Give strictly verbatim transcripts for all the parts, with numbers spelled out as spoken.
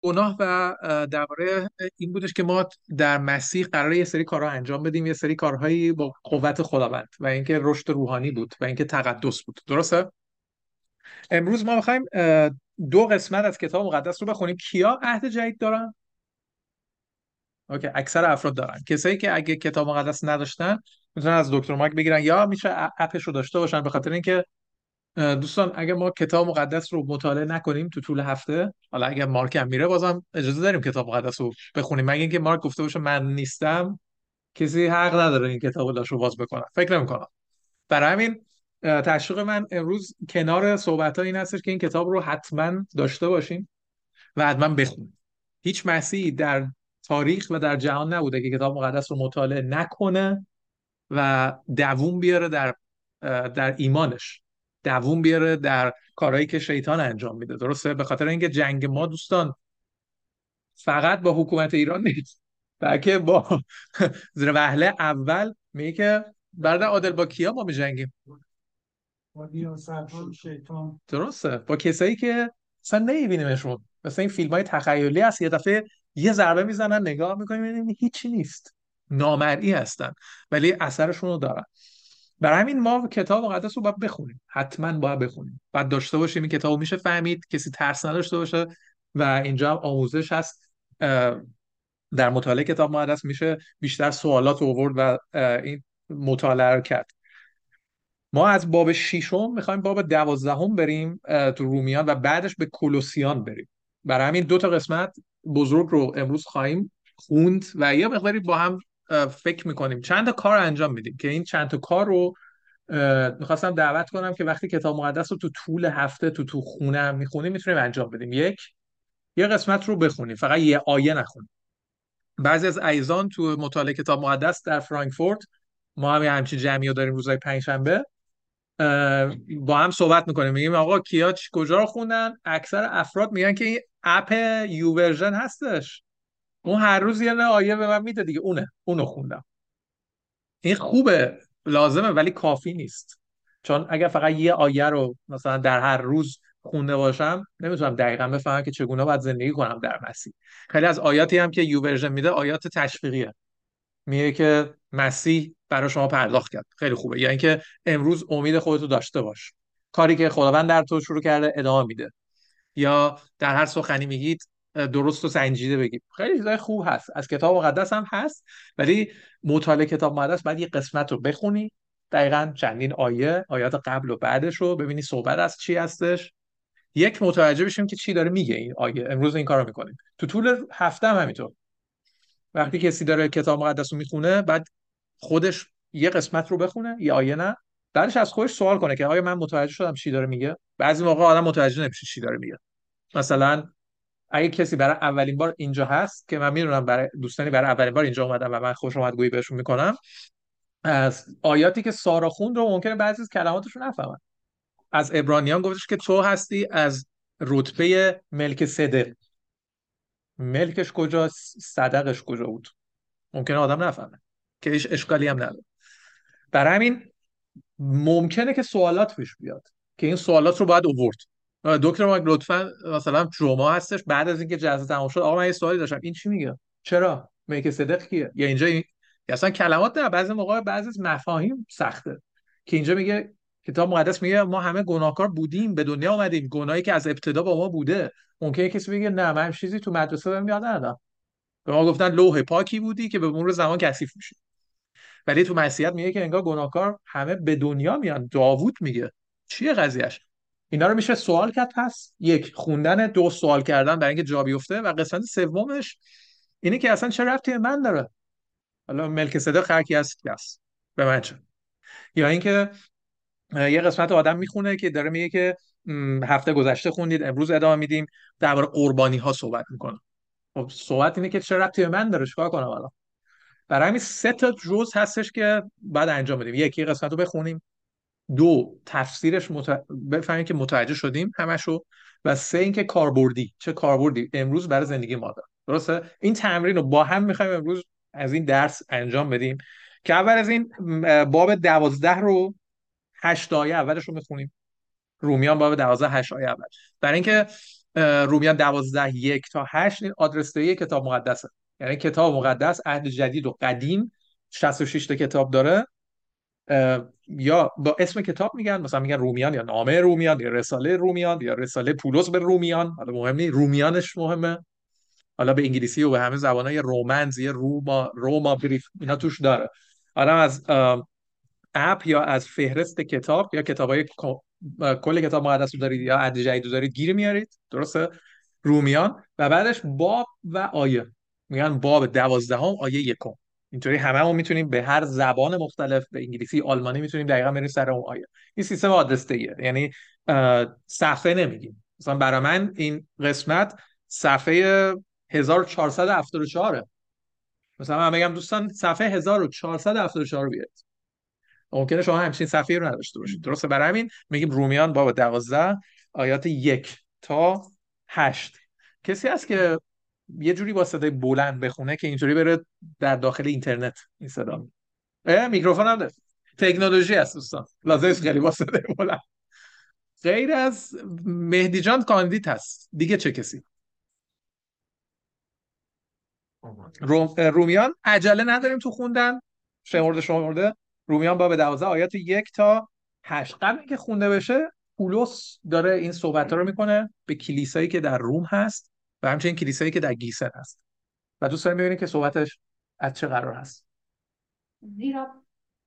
گناه و اه، درباره این بودش که ما در مسیح قراره یه سری کارها انجام بدیم، یه سری کارهایی با قوت خداوند و اینکه رشد روحانی بود و اینکه تقدس بود. درسته؟ امروز ما میخوایم دو قسمت از کتاب مقدس رو بخونیم. کیا عهد جدید دارن؟ اوکی، اکثر افراد دارن. کسایی که اگه کتاب مقدس نداشتن میتونن از دکتر مارک بگیرن یا میشه ا- اپش رو داشته باشن، به خاطر اینکه اه، دوستان اگه ما کتاب مقدس رو مطالعه نکنیم تو طول هفته، حالا اگه مارک هم میره بازم اجازه داریم کتاب مقدس رو بخونیم، مگه اینکه مارک گفته باشه من نیستم، کسی حق نداره این کتاب رو داشته باز بکنه. فکر نمی‌کنم. برای همین اه، تشویق من امروز کنار صحبت این هستش که این کتاب رو حتما داشته باشیم و حتما بخونیم. هیچ مسیحی در تاریخ و در جهان نبوده که کتاب مقدس رو مطالعه نکنه و دووم بیاره در در ایمانش، دووم بیاره در کارهایی که شیطان انجام میده. درسته؟ به خاطر اینکه جنگ ما دوستان فقط با حکومت ایران نیست، بلکه با زیر وهله اول میگه که برادر عادل با کیا ما میجنگیم؟ با ریاست‌های شیطان. درسته، با کسایی که اصلا نمیبینیمشون، مثلا این فیلم های تخیلی هست، یه دفعه یه ضربه میزنن نگاه میکنیم میبینیم هیچی نیست، نامرئی هستن ولی اثرشون رو دارن. برای همین ما کتاب مقدس رو باید بخونیم، حتما باید بخونیم، باید داشته باشیم. این کتاب رو میشه فهمید، کسی ترس نداشته باشه و اینجا هم آموزش هست. اه، در مطالعه کتاب مقدس میشه بیشتر سوالات رو آورد و اه، این مطالعه رو کرد. ما از باب ششم میخوایم باب دوازدهم بریم اه، تو رومیان و بعدش به کولوسیان بریم. برای همین دو تا قسمت بزرگ رو امروز خواهیم خوند و یه مقداری با هم اه، فکر میکنیم، چند تا کار انجام میدیم که این چند تا کار رو اه، میخواستم دعوت کنم که وقتی کتاب مقدس رو تو طول هفته تو تو خونه هم میخونیم میتونیم انجام بدیم. یک، یه قسمت رو بخونیم، فقط یه آیه نخونیم. بعضی از عزیزان تو مطالعه کتاب مقدس در فرانکفورت، ما هم یه همچین جمعی رو داریم روزهای پنجشنبه، اه، با هم صحبت میکنیم، میگیم آقا کیا چی- کجا رو خوندن. اکثر افراد میگن که این اپ یو ورژن هستش، اون هر روز یه نه آیه به من میده دیگه، اونه اونو خوندم. این خوبه، لازمه، ولی کافی نیست. چون اگر فقط یه آیه رو مثلا در هر روز خونده باشم نمیتونم دقیقا بفهمم که چگونه باید زندگی کنم در مسیح. خیلی از آیاتی هم که یو ورژن میده آیات تشویقیه، میگه که مسیح برای شما پرداخت کرد، خیلی خوبه. یا اینکه امروز امید خودتو داشته باش، کاری که خداوند در تو شروع کرده ادامه میده. یا در هر سخنی میگید درست و سنجیده بگید. خیلی چیزای خوب هست، از کتاب مقدس هم هست، ولی مطالعه کتاب مقدس بعد یه قسمت رو بخونی، دقیقا چندین آیه، آیات قبل و بعدش رو ببینی صحبت از چی هستش، یک متوجه بشیم که چی داره میگه این آیه. امروز این کارو میکنیم، تو طول هفته هم همینطور. وقتی کسی داره کتاب مقدس رو میخونه بعد خودش یه قسمت رو بخونه، یه آیه نه، بعدش از خودش سوال کنه که آیا من متوجه شدم چی داره میگه. بعضی موقع آدم متوجه نمیشه چی داره میگه. مثلا اگه کسی برای اولین بار اینجا هست، که من میدونم برای دوستانی برای اولین بار اینجا اومدن و من خوش اومدگویی بهشون میکنم، از آیاتی که سارا خوند رو ممکنه بعضی از کلماتش رو نفهمن. از عبرانیان گفتش که تو هستی از رتبه ملک صدق. ملکش کجاست؟ صدقش کجا بود؟ ممکنه آدم نفهمه، که هیچ اشکالی هم نداره. برای همین ممکنه که سوالات پیش بیاد که این سوالات رو باید اوورد. دکتر ماک لطفا مثلا جمعه هستش بعد از اینکه جلسه تمام شد، آقا من یه سوالی داشتم، این چی میگه؟ چرا میگه صدق کیه؟ یا اینجا این... یا اصلا کلمات نه، بعضی موقع بعضی از مفاهیم سخته که اینجا میگه کتاب مقدس میگه ما همه گناهکار بودیم، به دنیا اومدیم، گناهی که از ابتدا با ما بوده. ممکنه کسی بگه نه من چیزی تو مدرسه بهم یاد ندادم، به ما گفتن لوح پاکی بودی که به مرور زمان کثیف میشه. ولی تو مسیحیت میگه که انگار گناهکار همه به دنیا میان. داوود میگه چیه قضیهش؟ اینا رو میشه سوال کرد. پس یک، خوندن، دو، سوال کردن برای اینکه جا بیفته، و قسمت سومش اینه که اصلا چه ربطی به من داره؟ حالا ملک صدق هر کی هست کی هست، به من چه؟ یا اینکه اه، یه قسمت آدم میخونه که داره میگه که م، هفته گذشته خوندید، امروز ادامه میدیم، درباره قربانی ها صحبت میکنه. خب صحبت اینه که چه ربطی به من داره، چیکار کنم الان؟ برای همین سه تا جزء هستش که بعد انجام بدیم. یکی قسمت رو بخونیم، دو تفسیرش مت... بفهمیم که متوجه شدیم همشو، و سه اینکه کاربردی، چه کاربردی امروز برای زندگی ما داره. درسته؟ این تمرین رو با هم میخوایم امروز از این درس انجام بدیم که اول از این م، باب دوازده رو هشت آیه اولش رو میخونیم. رومیان باب دوازده هشت آیه اول. برای اینکه اه، رومیان دوازده یک تا هشت این آدرسه کتاب مقدسه. یعنی کتاب مقدس عهد جدید و قدیم شصت و شش تا کتاب داره. اه، یا با اسم کتاب میگن، مثلا میگن رومیان یا نامه رومیان یا رساله رومیان یا رساله پولس به رومیان. حالا مهم نیست، رومیانش مهمه. حالا به انگلیسی و به همه زبانهای رومنز یه روما روما بریف اینا توش داره. حالا از اه، اپ یا از فهرست کتاب یا کتابای کل کتاب مقدس رو دارید یا عهد جدید رو دارید گیر میارید، درسته؟ رومیان و بعدش باب و آیه، میگن باب دوازدهم آیه یکم. اینطوری هممون میتونیم به هر زبان مختلف، به انگلیسی آلمانی میتونیم دقیقا بریم سر اون آیه. این سیستم آدرسیه، یعنی اه، صفحه نمیگیم. مثلا برای من این قسمت صفحه هزار و چهارصد و هفتاد و چهار. مثلا من بگم دوستان صفحه هزار و چهارصد و هفتاد و چهار بیارید، ممکنه شما همچین صفحه رو نداشته باشید، درسته؟ برای همین میگیم رومیان باب دوازده آیات یک تا هشت. کسی هست که یه جوری با صدای بلند بخونه که اینجوری بره در داخل اینترنت این صدا؟ اه، میکروفون هم داره. تکنولوژی هست دوستان، لازم نیست خیلی با صدای بلند. غیر از مهدی جان کاندید هست دیگه، چه کسی؟ روم... رومیان عجله نداریم تو خوندن، شمرده شمرده. رومیان باب دوازده آیات یک تا هشت. قبل اینکه خونده بشه، پولس داره این صحبت رو میکنه به کلیسایی که در روم هست و همچنین کلیسایی که در گیسن هست و دوست داریم ببینیم که صحبتش از چه قرار هست. زیرا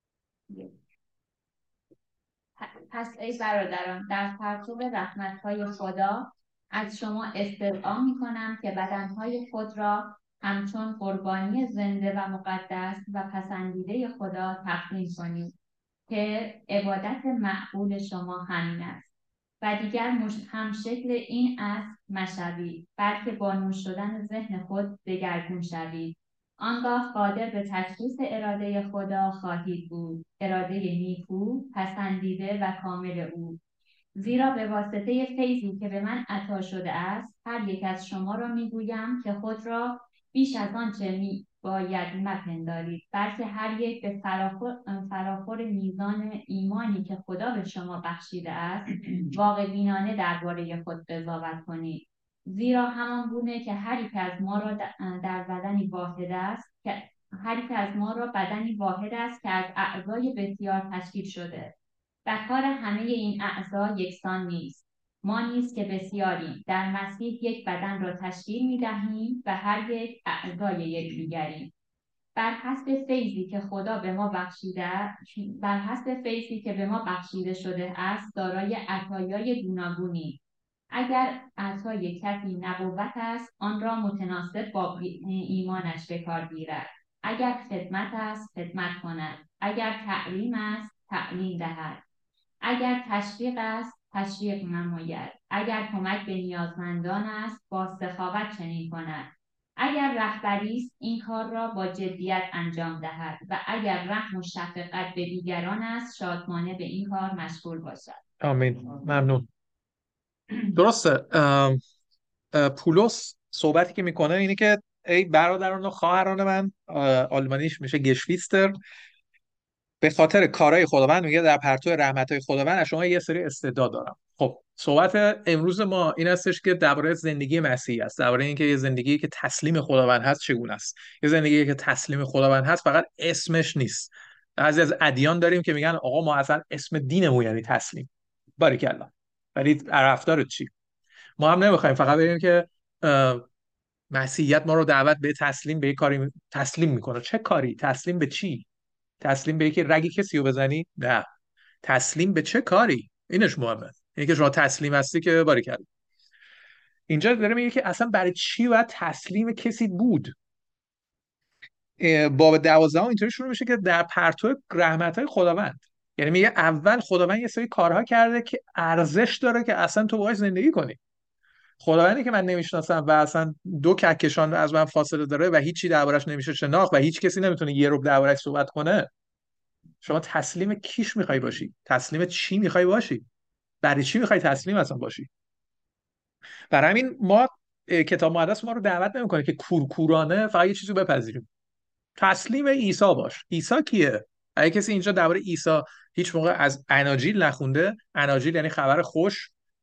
پس ای برادران در پرتو رحمت‌های خدا از شما استدعا می‌کنم که بدنهای خود را همچون قربانی زنده و مقدس و پسندیده خدا تقدیم کنید که عبادت معقول شما همین است. و دیگر هم شکل این اصل مشوید، بلکه با نوش شدن ذهن خود دگرگون شوید. آنگاه قادر به تشخیص اراده خدا خواهید بود، اراده نیکو، پسندیده و کامل او. زیرا به واسطه فیضی که به من عطا شده است، هر یک از شما را میگویم که خود را بیش از آنچه می باید مپندارید، بلکه هر یک به فراخور, فراخور میزان ایمانی که خدا به شما بخشیده است واقع بینانه درباره خود قضاوت کنید. زیرا همان گونه که هر یک از ما را در بدنی واحد است که هر یک از ما را بدنی واحد است که از اعضای بسیار تشکیل شده و کار همه این اعضا یکسان نیست. ما نیز که بسیاریم در مسیح یک بدن را تشکیل می دهیم و هر یک اعضای یکدیگریم. بر حسب فیضی که خدا به ما بخشیده بر حسب فیضی که به ما بخشیده شده است دارای عطایای گوناگونی. اگر عطای کسی نبوت است آن را متناسب با ایمانش به کار گیرد. اگر خدمت است خدمت کند. اگر تعلیم است تعلیم دهد. اگر تشویق است تشویق نماید. اگر کمک به نیازمندان است با سخاوت چنین کند. اگر رهبری است این کار را با جدیت انجام دهد و اگر رحم و شفقت به دیگران است شادمانه به این کار مشغول باشد. آمین، ممنون. درسته. ام، اه، پولس صحبتی که میکنه اینه که ای برادران و خواهران من، اه، آلمانیش میشه گشویستر، به خاطر کارهای خداوند، میگه در پرتو رحمتهای خداوند از شما یه سری استعداد دارم. خب صحبت امروز ما این هستش که درباره زندگی مسیحی است، درباره اینکه یه زندگی که تسلیم خداوند هست چگونه است. یه زندگی که تسلیم خداوند هست فقط اسمش نیست. بعضی از ادیان داریم که میگن آقا ما اصلا اسم دینمون یعنی تسلیم. باریکلا، ولی رفتارت چی؟ ما هم نمیخوایم فقط بگیم که اه، مسیحیت ما رو دعوت به تسلیم به یک کاری تسلیم میکنه. چه کاری؟ تسلیم به چی؟ تسلیم به یکی رگی کسی رو بزنی؟ نه. تسلیم به چه کاری؟ اینش مهمه. اینه که شما تسلیم هستی که باری کرد. اینجا داره میگه که اصلا برای چی باید تسلیم کسی بود. اه، باب دوازده اینطوری شروع میشه که در پرتو رحمت‌های خداوند، یعنی میگه اول خداوند یه سری کارها کرده که ارزش داره که اصلا تو باهاش زندگی کنی. خداوندی که من نمیشناسم و اصلا دو کهکشان از من فاصله داره و هیچی دربارش نمیشه شناخت و هیچ کسی نمیتونه یه رو دربارش صحبت کنه، شما تسلیم کیش میخوای باشی؟ تسلیم چی میخوای باشی؟ برای چی میخوای تسلیم اصلا باشی؟ برای همین ما اه، کتاب مقدس ما رو دعوت نمیکنه که کورکورانه فقط یه چیزی رو بپذیریم. تسلیم عیسی باش. عیسی کیه؟ اگه کسی اینجا درباره عیسی هیچ موقع از اناجیل نخونده، اناجیل یعنی خبر خوش،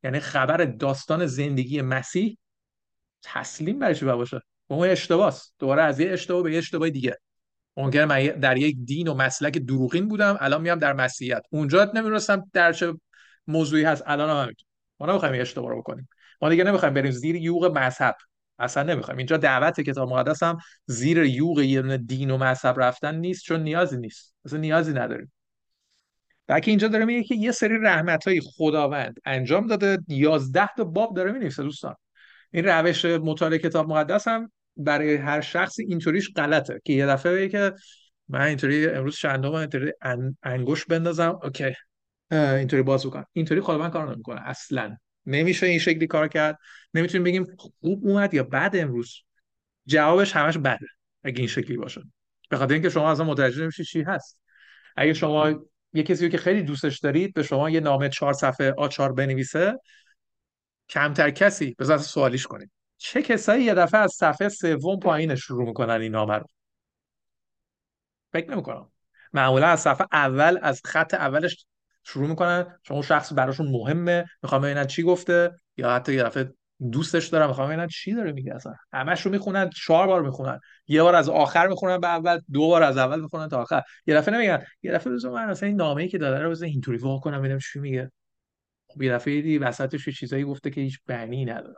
یعنی خبر داستان زندگی مسیح تسلیم برش باشه. اون اشتباهه، دوباره از یه اشتباه به یه اشتباه دیگه. ممکنه من در یک دین و مسلک دروغین بودم، الان میام در مسیحیت، اونجا نمیرسم در چه موضوعی هست، الان هم همینطور. ما نمیخوایم این اشتباه رو بکنیم، ما دیگه نمیخوایم بریم زیر یوغ مذهب، اصلا نمیخوایم. اینجا دعوت کتاب مقدس هم زیر یوغ یه دونه دین و مذهب رفتن نیست، چون نیازی نیست، اصلا نیازی نداریم. بلکه اینجا داره میگه که یه سری رحمت‌های خداوند انجام داده، یازده تا باب داره مینویسه دوستان. این روش مطالعه کتاب مقدس هم برای هر شخصی اینطوریش غلطه که یه دفعه بگه که من اینطوری امروز چندم اینطوری ان- انگشت بندازم اوکی اه، اینطوری باز بکنم. اینطوری خداوند کار نمیکنه اصلا. نمیشه این شکلی کار کرد. نمیتونیم بگیم خوب اومد یا بد امروز. جوابش همش بده اگه این شکلی باشه، به خاطر اینکه شما اصلا متوجه نمیشید چی هست. اگه شما یه کسی رو که خیلی دوستش دارید به شما یه نامه چهار صفحه آ چهار بنویسه، کمتر کسی بذار اصلا سوالیش کنید. چه کسایی یه دفعه از صفحه سوم پایینش شروع میکنن این نامه رو؟ فکر نمیکنم. معمولا از صفحه اول، از خط اولش شروع میکنن، چون اون شخص براشون مهمه، میخوام ببینن چی گفته، یا حتی یه دفعه دوستش دارم میخوام ببینن چی داره میگه. اصلا همش رو میخونن، چهار بار میخونن، یه بار از آخر میخونن به اول، دو بار از اول میخونن تا آخر. یه دفعه نمیگن یه دفعه بذار من اصلا این نامه‌ای که داده رو بذار اینطوری وا کنم ببینم چی میگه. خب یه دفعه دیدی وسطش یه چیزایی گفته که هیچ معنی نداره.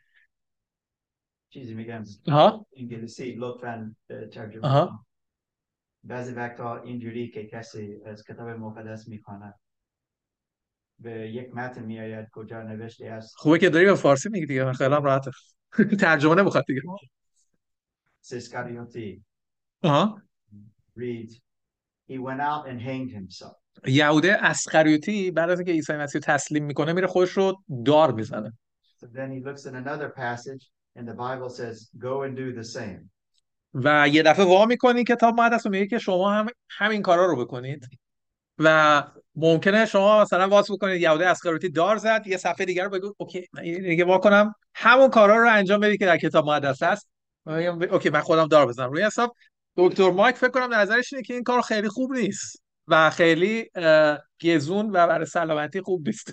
چیزی میگم ها انگلیسی لطفاً ترجمه آها کن. بعضی وقتا اینجوری که کسی از کتاب مقدس میخواند به یک متن میآید کجا نوشته است خوبه که داری به فارسی میگی دیگه، من خیلی هم راحته. ترجمه نمیخواد دیگه. اسکریوتی آها read he went out and hanged himself. یهوده اسخریوتی بعد از اینکه عیسی مسیح تسلیم میکنه میره خودش رو دار میزنه. So then he looks in another passage and the Bible says go and do the same. و یه دفعه وا میکنی کتاب مقدس و میگه که شما هم همین کارا رو بکنید. و ممکنه شما مثلا واس بکنید یهوده اسخریوتی دار زد، یه صفحه دیگر رو بگو اوکی من یه دیگه وا کنم همون کارا رو انجام بدی که در کتاب مقدس هست. و بگم اوکی من خودم دار بزنم. روی حساب دکتر مایک فکر کنم نظرش اینه که این کار خیلی خوب نیست و خیلی اه، گزون و برای سلامتی خوب نیست.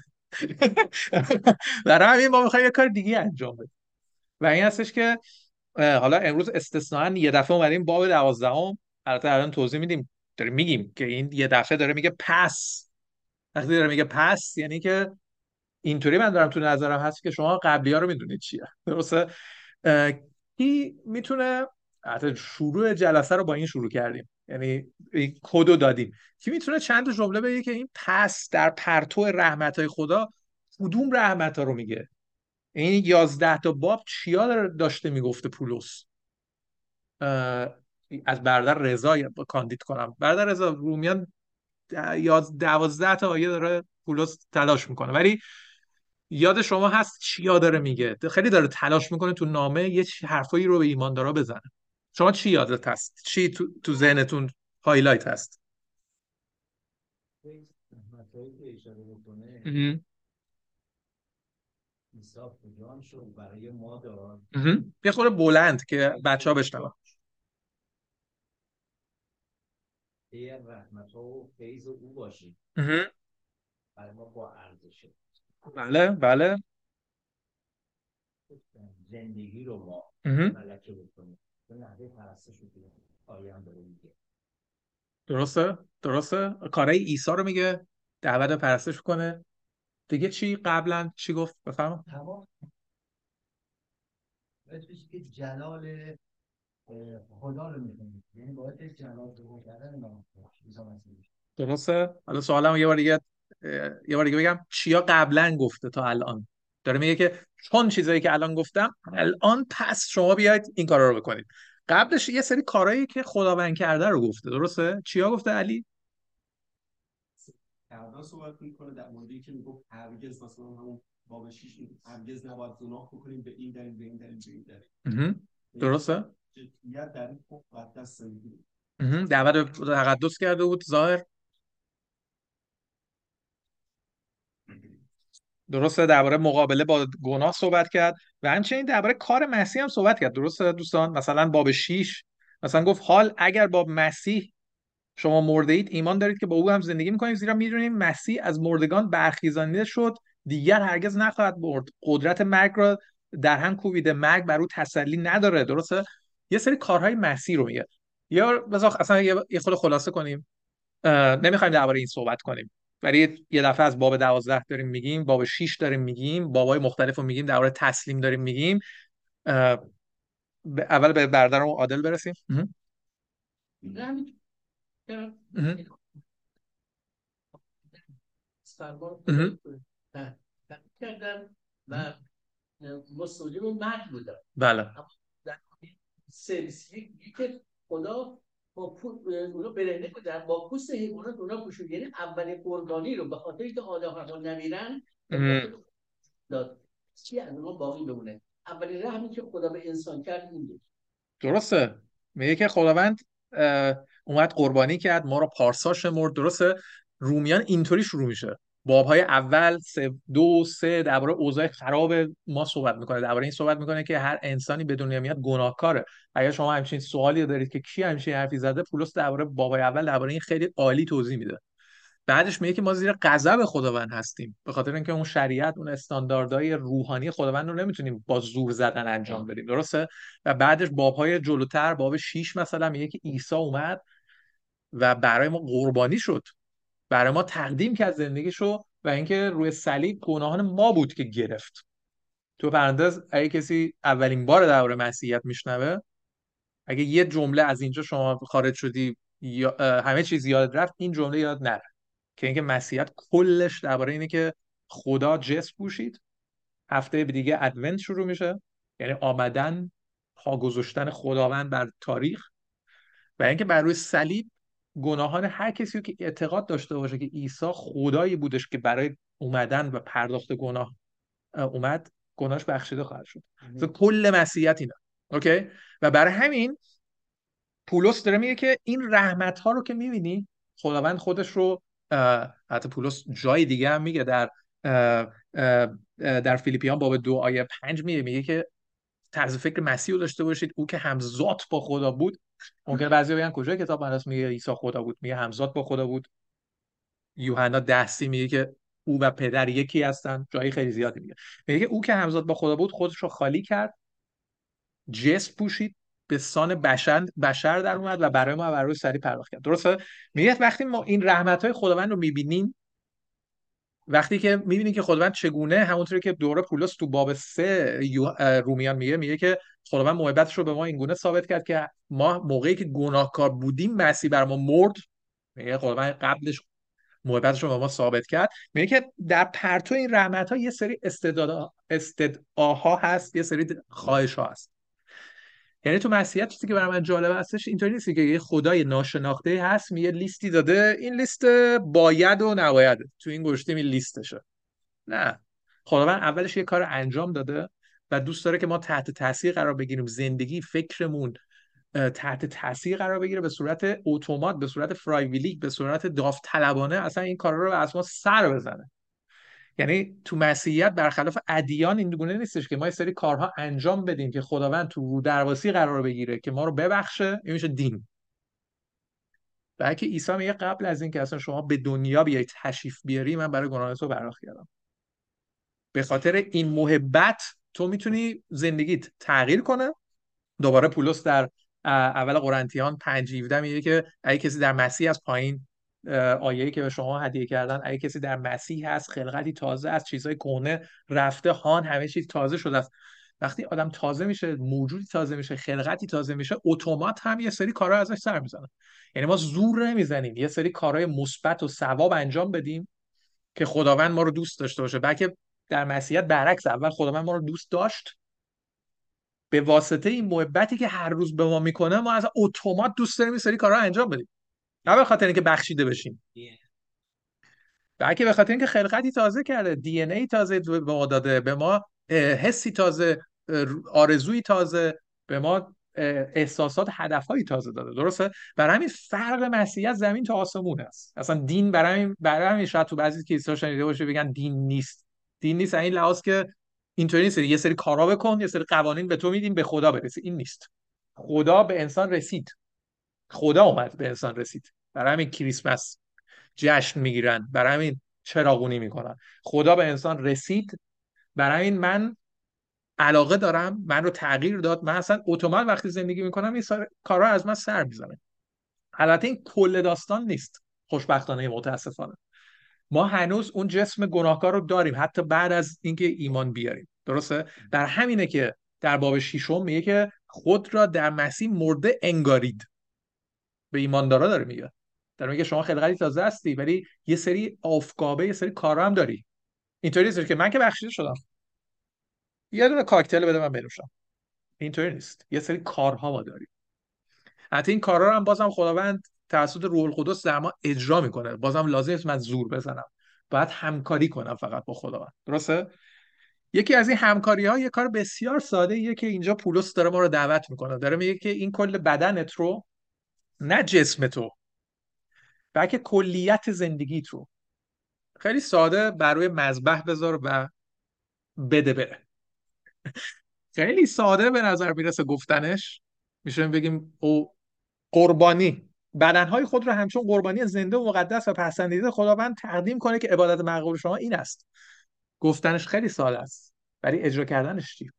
برای همین ما میخوایم یه کار دیگه انجام بدیم و این هستش که اه، حالا امروز استثناا یه دفعه اومدیم باب دوازدهم. البته الان توضیح میدیم، داریم میگیم که این یه دفعه داره میگه پس. وقتی داره میگه پس یعنی که اینطوری من دارم تو نظرم هست که شما قبلی ها رو میدونید چیه، درسته؟ اه، کی میتونه، حتی شروع جلسه رو با این شروع کردیم، یعنی این کدو دادیم، کی میتونه چند تا جمله بگه که این پس در پرتو رحمت‌های خدا کدوم رحمت‌ها رو میگه؟ این یازده تا باب چیا داره- داشته میگفته پولس؟ اه، از برادر رضا کاندید کنم، برادر رضا رومیان د- یاز دوازده تا آیه داره پولس تلاش میکنه، ولی یاد شما هست چیا داره میگه؟ خیلی داره تلاش میکنه تو نامه یه چی- حرفایی رو به ایماندارا بزنه. شما چی یادت هست؟ چی تو, تو ذهنتون هایلایت هست؟ متایی که اشاره بکنه مهم. عیسی جان شد برای ما داد مهم. یه خورده بلند که بچه ها بشنون. یه رحمت ها و فیض او باشیم مهم. برای ما با ارزشه. بله بله. زندگی رو ما مهم. ملکه بکنیم به نحوه پرستش رو کنیم. آیه هم داره میگه درسته درسته کارهای عیسی رو میگه، دعوت به پرستش کنه. دیگه چی قبلا چی گفت بفرما؟ تمام باید بشه که جلال اه، خدا رو میکنیم، یعنی باید جلال رو کردن نام عیسی مسیح. درسته. حالا سوالم یه بار دیگه اه، یه بار دیگه بگم چیا قبلا گفته تا الان. داره میگه که چون چیزایی که الان گفتم الان پس شما بیاید این کارا رو بکنید. قبلش یه سری کارهایی که خداوند کرده رو گفته، درسته؟ چیا گفته علی؟ فردا صحبت میکنه در موردی که میگفت هرگز مثلا همون باب شیش میگه هرگز نباید گناه بکنیم به این دلیل به این دلیل به این دلیل. مهم. درسته. جدیت در این مقدس زندگی. مهم. دعوت به تقدس کرده بود ظاهر. درسته درباره مقابله با گناه صحبت کرد و همچنین درباره کار مسیح هم صحبت کرد. درسته دوستان؟ مثلا باب شیش مثلا گفت حال اگر با مسیح شما مرده اید ایمان دارید که با او هم زندگی میکنید، زیرا میدونیم مسیح از مردگان برخیزانیده شد دیگر هرگز نخواهد برد، قدرت مرگ را در هم کوبیده، مرگ بر او تسلی نداره. درسته؟ یه سری کارهای مسیح رو میگه. یا بذار اصلا یه یه خود خلاصه کنیم، نمیخوایم درباره این صحبت کنیم، ولی یه دفعه از باب دوازده داریم میگیم، باب شش داریم میگیم، بابای مختلف رو میگیم، درباره تسلیم داریم میگیم. اول به برادرم عادل برسیم. سربار کردن و مسئولین مرد بودن. بله. در سلسیه که خدا با پول اونا برهنه بودن، با پوست حیوانات اونا پوشون، یعنی اولین قربانی رو به خاطر اینکه آدم ها نمیرن داد چی از اونها باقی بمونه. اولین رحمی که خدا به انسان کرد این بود. درسته، میگه که خداوند اومد قربانی کرد، ما رو پارسا شمرد. درسته. رومیان اینطوری شروع میشه، بابهای اول سه دو سه درباره اوضاع خراب ما صحبت میکنه، درباره این صحبت میکنه که هر انسانی به دنیا میاد گناهکاره. اگر شما همچین سوالی دارید که کی همچین حرفی زده، پولس درباره بابای اول درباره این خیلی عالی توضیح میده. بعدش میگه که ما زیر غضب خداوند هستیم، به خاطر اینکه اون شریعت، اون استانداردهای روحانی خداوند رو نمیتونیم با زور زدن انجام بدیم. درسته. و بعدش بابهای جلوتر، باب شش مثلا، میگه که عیسی اومد و برای ما قربانی شد، برای ما تقدیم کرد زندگیشو، و اینکه روی صلیب گناهان ما بود که گرفت. تو پرانتز اگه کسی اولین بار درباره مسیحیت میشنوه، اگه یه جمله از اینجا شما خارج شدی یا همه چیز یاد رفت، این جمله یاد نره، که اینکه مسیحیت کلش درباره اینه که خدا جسم پوشید. هفته دیگه ادونت شروع میشه، یعنی آمدن، پا گذاشتن خداوند بر تاریخ، و اینکه بر روی صلیب گناهان هر کسی که اعتقاد داشته باشه که عیسی خدایی بودش که برای اومدن و پرداخت گناه اومد، گناهش بخشیده خواهد شد. کل مسیحیت اینا. اوکی. و برای همین پولس داره میگه که این رحمت ها رو که میبینی، خداوند خودش رو، حتی پولس جای دیگه هم میگه، در در فیلیپیان باب دو آیه پنج میگه میگه که طرز فکر مسیح رو داشته باشید، او که همزاد با خدا بود. ممکنه بعضی بگن کجای کتاب مقدس میگه عیسی خدا بود؟ میگه همزاد با خدا بود. یوحنا ده سی میگه که او و پدر یکی هستن. جایی خیلی زیادی میگه میگه که او که همزاد با خدا بود خودش رو خالی کرد، جسم پوشید، به سان بشر بشر در اومد و برای ما بر روی صلیب پرداخت کرد. درسته. میگه وقتی ما این رحمت‌های خداوند رو می‌بینیم، وقتی که می‌بینیم که خداوند چگونه، همونطوری که دوره پولس تو باب سه رومیان میگه میگه که خداوند محبتش رو به ما اینگونه ثابت کرد که ما موقعی که گناهکار بودیم مسیح بر ما مرد. میگه خداوند قبلش محبتش رو به ما ثابت کرد. میگه که در پرتو این رحمت‌ها یه سری استدعاها استدعاها هست، یه سری خواهش‌ها هست. یعنی تو مسیحیت چیزی که برای من جالب هستش اینطوری نیست که یه خدای ناشناخته هست میگه لیستی داده، این لیست باید و نباید، تو این گوشتیم این لیستشه. نه، خداوند اولش یه کار انجام داده و دوست داره که ما تحت تاثیر قرار بگیریم، زندگی فکرمون تحت تاثیر قرار بگیره به صورت اتومات، به صورت فرایویلی، به صورت داوطلبانه، اصلا این کارا رو از ما سر بزنه. یعنی تو مسیحیت برخلاف ادیان این گونه نیستش که ما یه سری کارها انجام بدیم که خداوند تو رو درواسی قرار بگیره که ما رو ببخشه، این میشه دین. بلکه عیسی میگه قبل از این که اصلا شما به دنیا بیایید تشریف بیاری، من برای گناهان تو پرداخت کردم. به خاطر این محبت تو میتونی زندگیت تغییر کنه. دوباره پولس در اول قرنتیان پنج هفده میگه که اگه کسی در مسیح از پایین، آیه‌ای که به شما هدیه کردن، اگه کسی در مسیح هست خلقتی تازه است، چیزهای کهنه رفته، هان همه چیز تازه شده است. وقتی آدم تازه میشه، موجودی تازه میشه، خلقتی تازه میشه، اتومات هم یه سری کارا ازش سر میزنه. یعنی ما زور نمیزنیم یه سری کارهای مثبت و ثواب انجام بدیم که خداوند ما رو دوست داشته باشه، بلکه در مسیحیت برعکس، اول خداوند ما رو دوست داشت، به واسطه این محبتی که هر روز به ما میکنه ما از اتومات دوست داریم این سری کارا انجام بدیم، نه به خاطر اینکه بخشیده بشیم، بلکه به خاطر اینکه خلقتی تازه کرده، دی ان ای تازه به ما داده، به ما حسی تازه، آرزویی تازه، به ما احساسات، هدفهایی تازه داده. درسته. برای همین فرق مسیحیت زمین تا آسمون است. اصلا دین برای همین برای همین شاید تو بعضی کیسا شنیده باشه بگن دین نیست. دین نیست این لحاظ که اینطوری نیست یه سری کارا بکن، یه سری قوانین به تو میدیم به خدا برسی. این نیست. خدا به انسان رسید. خدا اومد به انسان رسید. برای همین کریسمس جشن میگیرن، برای همین چراغونی میکنن. خدا به انسان رسید، برای این من علاقه دارم، من رو تغییر داد، من اصلا اتومات وقتی زندگی میکنم این سر... کارا از من سر میزنه. البته این کل داستان نیست، خوشبختانه متاسفانه ما هنوز اون جسم گناهکار رو داریم حتی بعد از اینکه ایمان بیاریم. درسته؟ در همینه که در باب ششم میگه که خود را در مسیح مرده انگارید. به ایماندارا داره میگه، در میگه شما خلقتی تازه هستی ولی یه سری آفگابه، یه سری کارا هم داری. اینطوری نیست که من که بخشیده شدم یه دونه کاکتل بده من بنوشم، اینطوری نیست. یه سری کارها ما داریم. حتی این کارا رو هم بازم خداوند توسط روح القدس در ما اجرا میکنه. بازم لازم نیست من زور بزنم، باید همکاری کنم فقط با خداوند. درسته؟ یکی از این همکاری ها یه کار بسیار ساده ایه که اینجا پولس داره ما رو دعوت میکنه. داره میگه که این کل بدنت رو، نه جسم تو، بلکه کلیت زندگیت رو خیلی ساده بر روی مذبح بذار و بده بره. خیلی ساده به نظر میرسه گفتنش. میشه بگیم او قربانی، بدنهای خود رو همچون قربانی زنده و مقدس و پسندیده خداوند تقدیم کنه که عبادت مقبول شما این است. گفتنش خیلی ساده است ولی اجرا کردنش چی؟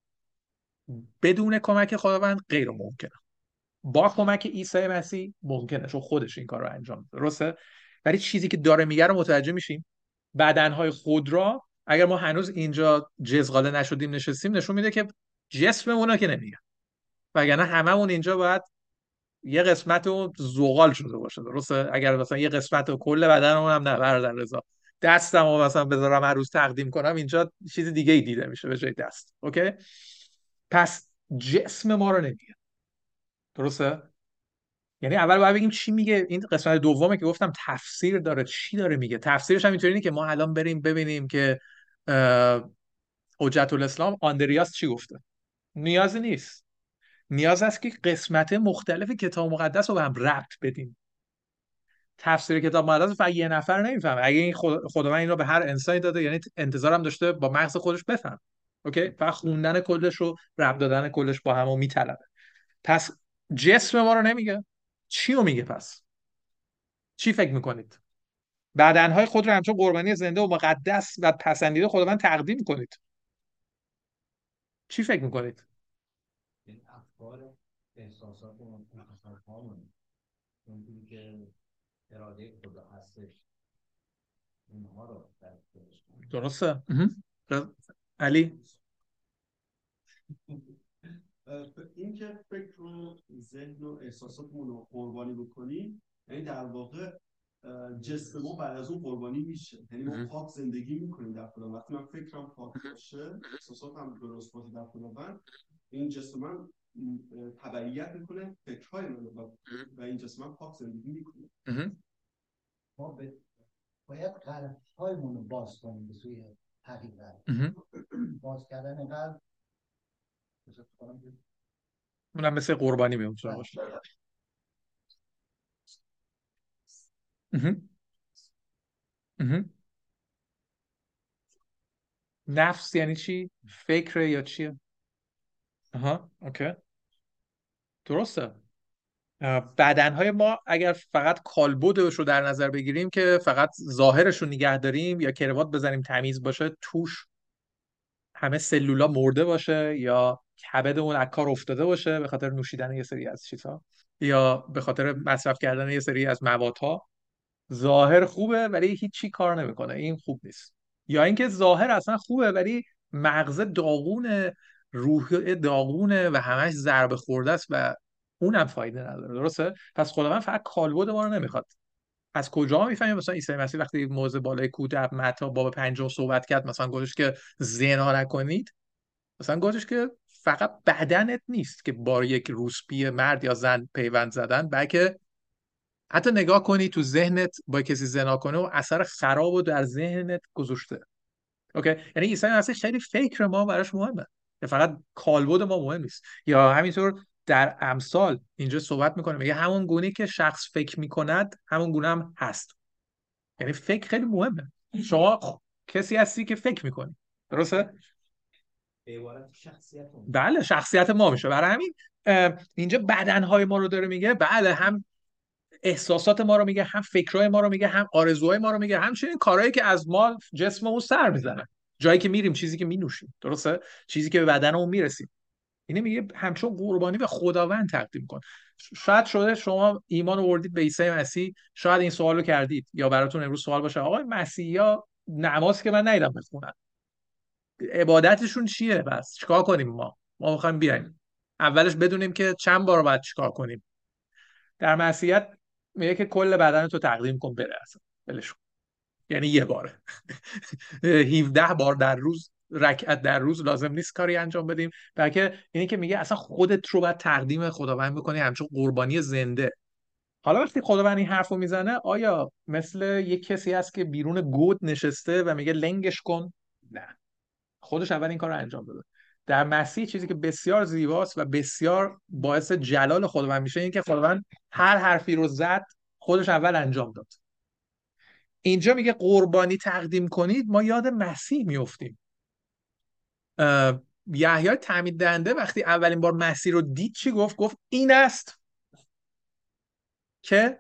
بدون کمک خداوند غیر ممکنه. با کمک عیسی مسیح ممکنه، چون خودش این کار رو انجام میده. درسته؟ ولی چیزی که داره میگه رو متوجه میشیم. بدنهای خود را، اگر ما هنوز اینجا جزغاله نشدیم نشستیم، نشون میده که جسممون که نمیگه، وگرنه هممون اینجا باید یه قسمت رو زغال شده باشه. درسته؟ اگر مثلا یه قسمت رو کل بدنمون هم نه برادر رضا دستم رو مثلا بذارم هر روز تقدیم کنم اینجا چیز دیگه ای دیده میشه به جای دست. اوکی؟ پس جسم ما رو نمیگه. درسته؟ یعنی اول باید بگیم چی میگه. این قسمت دومه که گفتم تفسیر داره، چی داره میگه. تفسیرش هم اینطوری نیست که ما الان بریم ببینیم که حجت الاسلام آندریاس چی گفته. نیازی نیست. نیاز است که قسمت مختلف کتاب مقدس رو به هم ربط بدیم. تفسیر کتاب مقدس فقط یه نفر نمیفهمه. اگه این خدا خداوند این رو به هر انسانی داده، یعنی انتظارم داشته با مغز خودش بفهم. اوکی؟ فقط خوندن کلش رو ربط دادن کلش با هم میطلبه. پس جسم ما رو نمیگه. چی رو میگه پس؟ چی فکر میکنید؟ بدنهای خود رو همچون قربانی زنده و مقدس و پسندیده خداوند تقدیم کنید. چی فکر میکنید؟ این افکار، احساسات و انتخاب‌هامون، اونجوری که اراده خدا هستش، اونها رو در درسته؟ علی؟ این که فکر و ذهن و احساساتمون رو قربانی بکنیم، یعنی در واقع جسم ما بعد از اون قربانی میشه. یعنی ما پاک زندگی میکنیم در خدا. وقتی من فکرم پاک باشه، احساساتم درست باشه در خداوند، این جسم من تبعیت میکنه فکرهای من و این جسم من پاک زندگی میکنه. ما باید قلب‌هایمون رو باز کنیم به سوی حقیقت. باز کردن قلب اونم مثل قربانی میمونه باشه. نفس یعنی چی؟ فکر یا چیه؟ آها، اوکی. درسته. بدنهای ما اگر فقط کالبدش رو در نظر بگیریم که فقط ظاهرش رو نگه داریم یا کروات بزنیم تمیز باشه، توش همه سلولا مرده باشه یا کبدمون از کار افتاده باشه به خاطر نوشیدن یه سری از چیزها یا به خاطر مصرف کردن یه سری از موادها، ظاهر خوبه ولی هیچی کار نمیکنه، این خوب نیست. یا اینکه ظاهر اصلا خوبه ولی مغز داغونه، روح داغونه و همش ضربه خورده است و اونم فایده نداره. درسته؟ پس خداوند فقط کالبد ما رو نمیخواد. از کجا میفهمیم؟ مثلا عیسی مسیح وقتی موضع بالای کوه در متی باب پنجم صحبت کرد، مثلا گفتش که زنا نکنید، مثلا گفتش که فقط بدنت نیست که با یک روسپی مرد یا زن پیوند زدن، بلکه حتی نگاه کنی تو ذهنت با کسی زنا کنه و اثر خراب رو در ذهنت گذاشته. اوکی؟ یعنی عیسی مسیح خیلی فکر ما براش مهمه، فقط کالبد ما مهم نیست. یا همینطور در امثال اینجا صحبت میکنه، میگه همون گونه که شخص فکر میکند همون گونه هم هست. یعنی فکر خیلی مهمه. شما کسی هستی که فکر میکنی. درسته؟ به عبارت شخصیت ما. بله، شخصیت ما میشه. برای همین اینجا بدنهای ما رو داره میگه. بله، هم احساسات ما رو میگه، هم فکرهای ما رو میگه، هم آرزوهای ما رو میگه، همچنین کارهایی که از ما جسممون سر میزنه، جایی که میریم، چیزی که مینوشیم، درسته، چیزی که به بدنمون میرسیم. اینه میگه همچون قربانی به خداوند تقدیم کن. شاید شده شما ایمان آوردید به عیسی مسیح، شاید این سوالو کردید، یا براتون امروز سوال باشه آقا مسیحا نماز که من ندیدم بخونن، عبادتشون چیه؟ بس چیکار کنیم؟ ما ما میخوایم بیایم اولش بدونیم که چند بار باید چیکار کنیم. در مسیحیت میگه که کل بدن تو تقدیم کن بره، اصلا ولش کن، یعنی یه باره هفده بار در روز، رکعت در روز لازم نیست کاری انجام بدیم، بلکه اینی که میگه اصلا خودت رو باید تقدیم خداوند بکنی همچون قربانی زنده. حالا وقتی خداوند این حرفو میزنه، آیا مثل یک کسی هست که بیرون گود نشسته و میگه لنگش کن؟ نه، خودش اول این کار رو انجام بده. در مسیح چیزی که بسیار زیباست و بسیار باعث جلال خداوند میشه این که خداوند هر حرفی رو زد خودش اول انجام داد. اینجا میگه قربانی تقدیم کنید، ما یاد مسیح میفتیم. یحیی تعمید دهنده وقتی اولین بار مسیح رو دید چی گفت؟ گفت این است که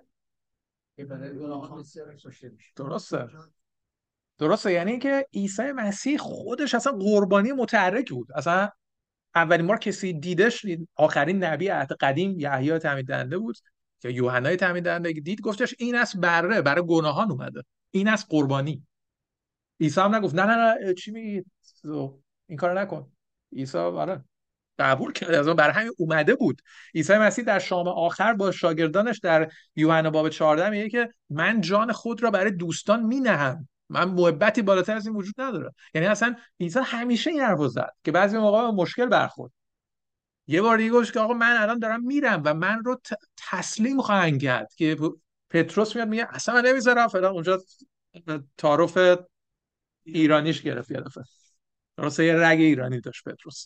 درسته درسته یعنی که عیسی مسیح خودش اصلا قربانی متحرک بود. اصلا اولین بار کسی دیدش آخرین نبی عهد قدیم یحیی تعمید دهنده بود که یوحنا تعمید دهنده دید، گفتش این است بره برای گناهان اومده، این است قربانی. عیسی هم نگفت نه نه نه چی میگی این کارو نکن. عیسی آره قبول کرد، از اون برای همین اومده بود. عیسی مسیح در شام آخر با شاگردانش در یوحنا باب چهارده میگه که من جان خود را برای دوستان مینهم، من محبتی بالاتر از این وجود نداره. یعنی اصلا عیسی همیشه این حرفو زد که بعضی موقع مشکل برخورد. یه بار دیگه گفت که آقا من الان دارم میرم و من رو ت... تسلیم خواهند کرد، که پتروس میاد میگه اصلا من نمیذارم فلان. اونجا تعارف ایرانیش گرفت یه دفعه، درسته یه رگ ایرانی داشت پتروس.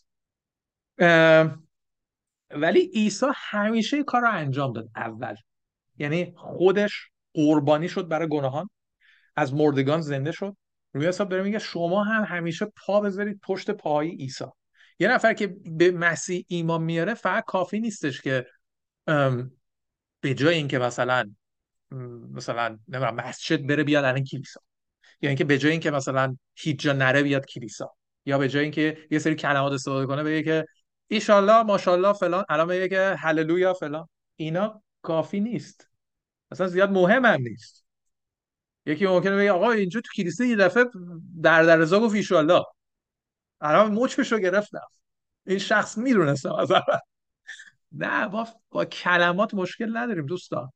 ولی عیسی همیشه کار رو انجام داد اول، یعنی خودش قربانی شد برای گناهان، از مردگان زنده شد. روی حساب داره میگه شما هم همیشه پا بذارید پشت پای عیسی. یه نفر که به مسیح ایمان میاره فقط کافی نیستش که به جای اینکه مثلا مثلا نمیدونم مسجد بره بیاد الان کلیسا، یا اینکه به جای اینکه مثلا هیچ جا نره بیاد کلیسا، یا به جای اینکه یه سری کلمات استفاده کنه بگه که ایشالله ماشاءالله فلان، الان بگه که هللویا فلان، اینا کافی نیست، اصلا زیاد مهم هم نیست. یکی ممکنه بگه آقا اینجا تو کلیسا یه دفعه در درزا گفت ایشالله، الان مچشو گرفتم، این شخص میدونسته مثلا. نه با, با کلمات مشکل نداریم دوستان،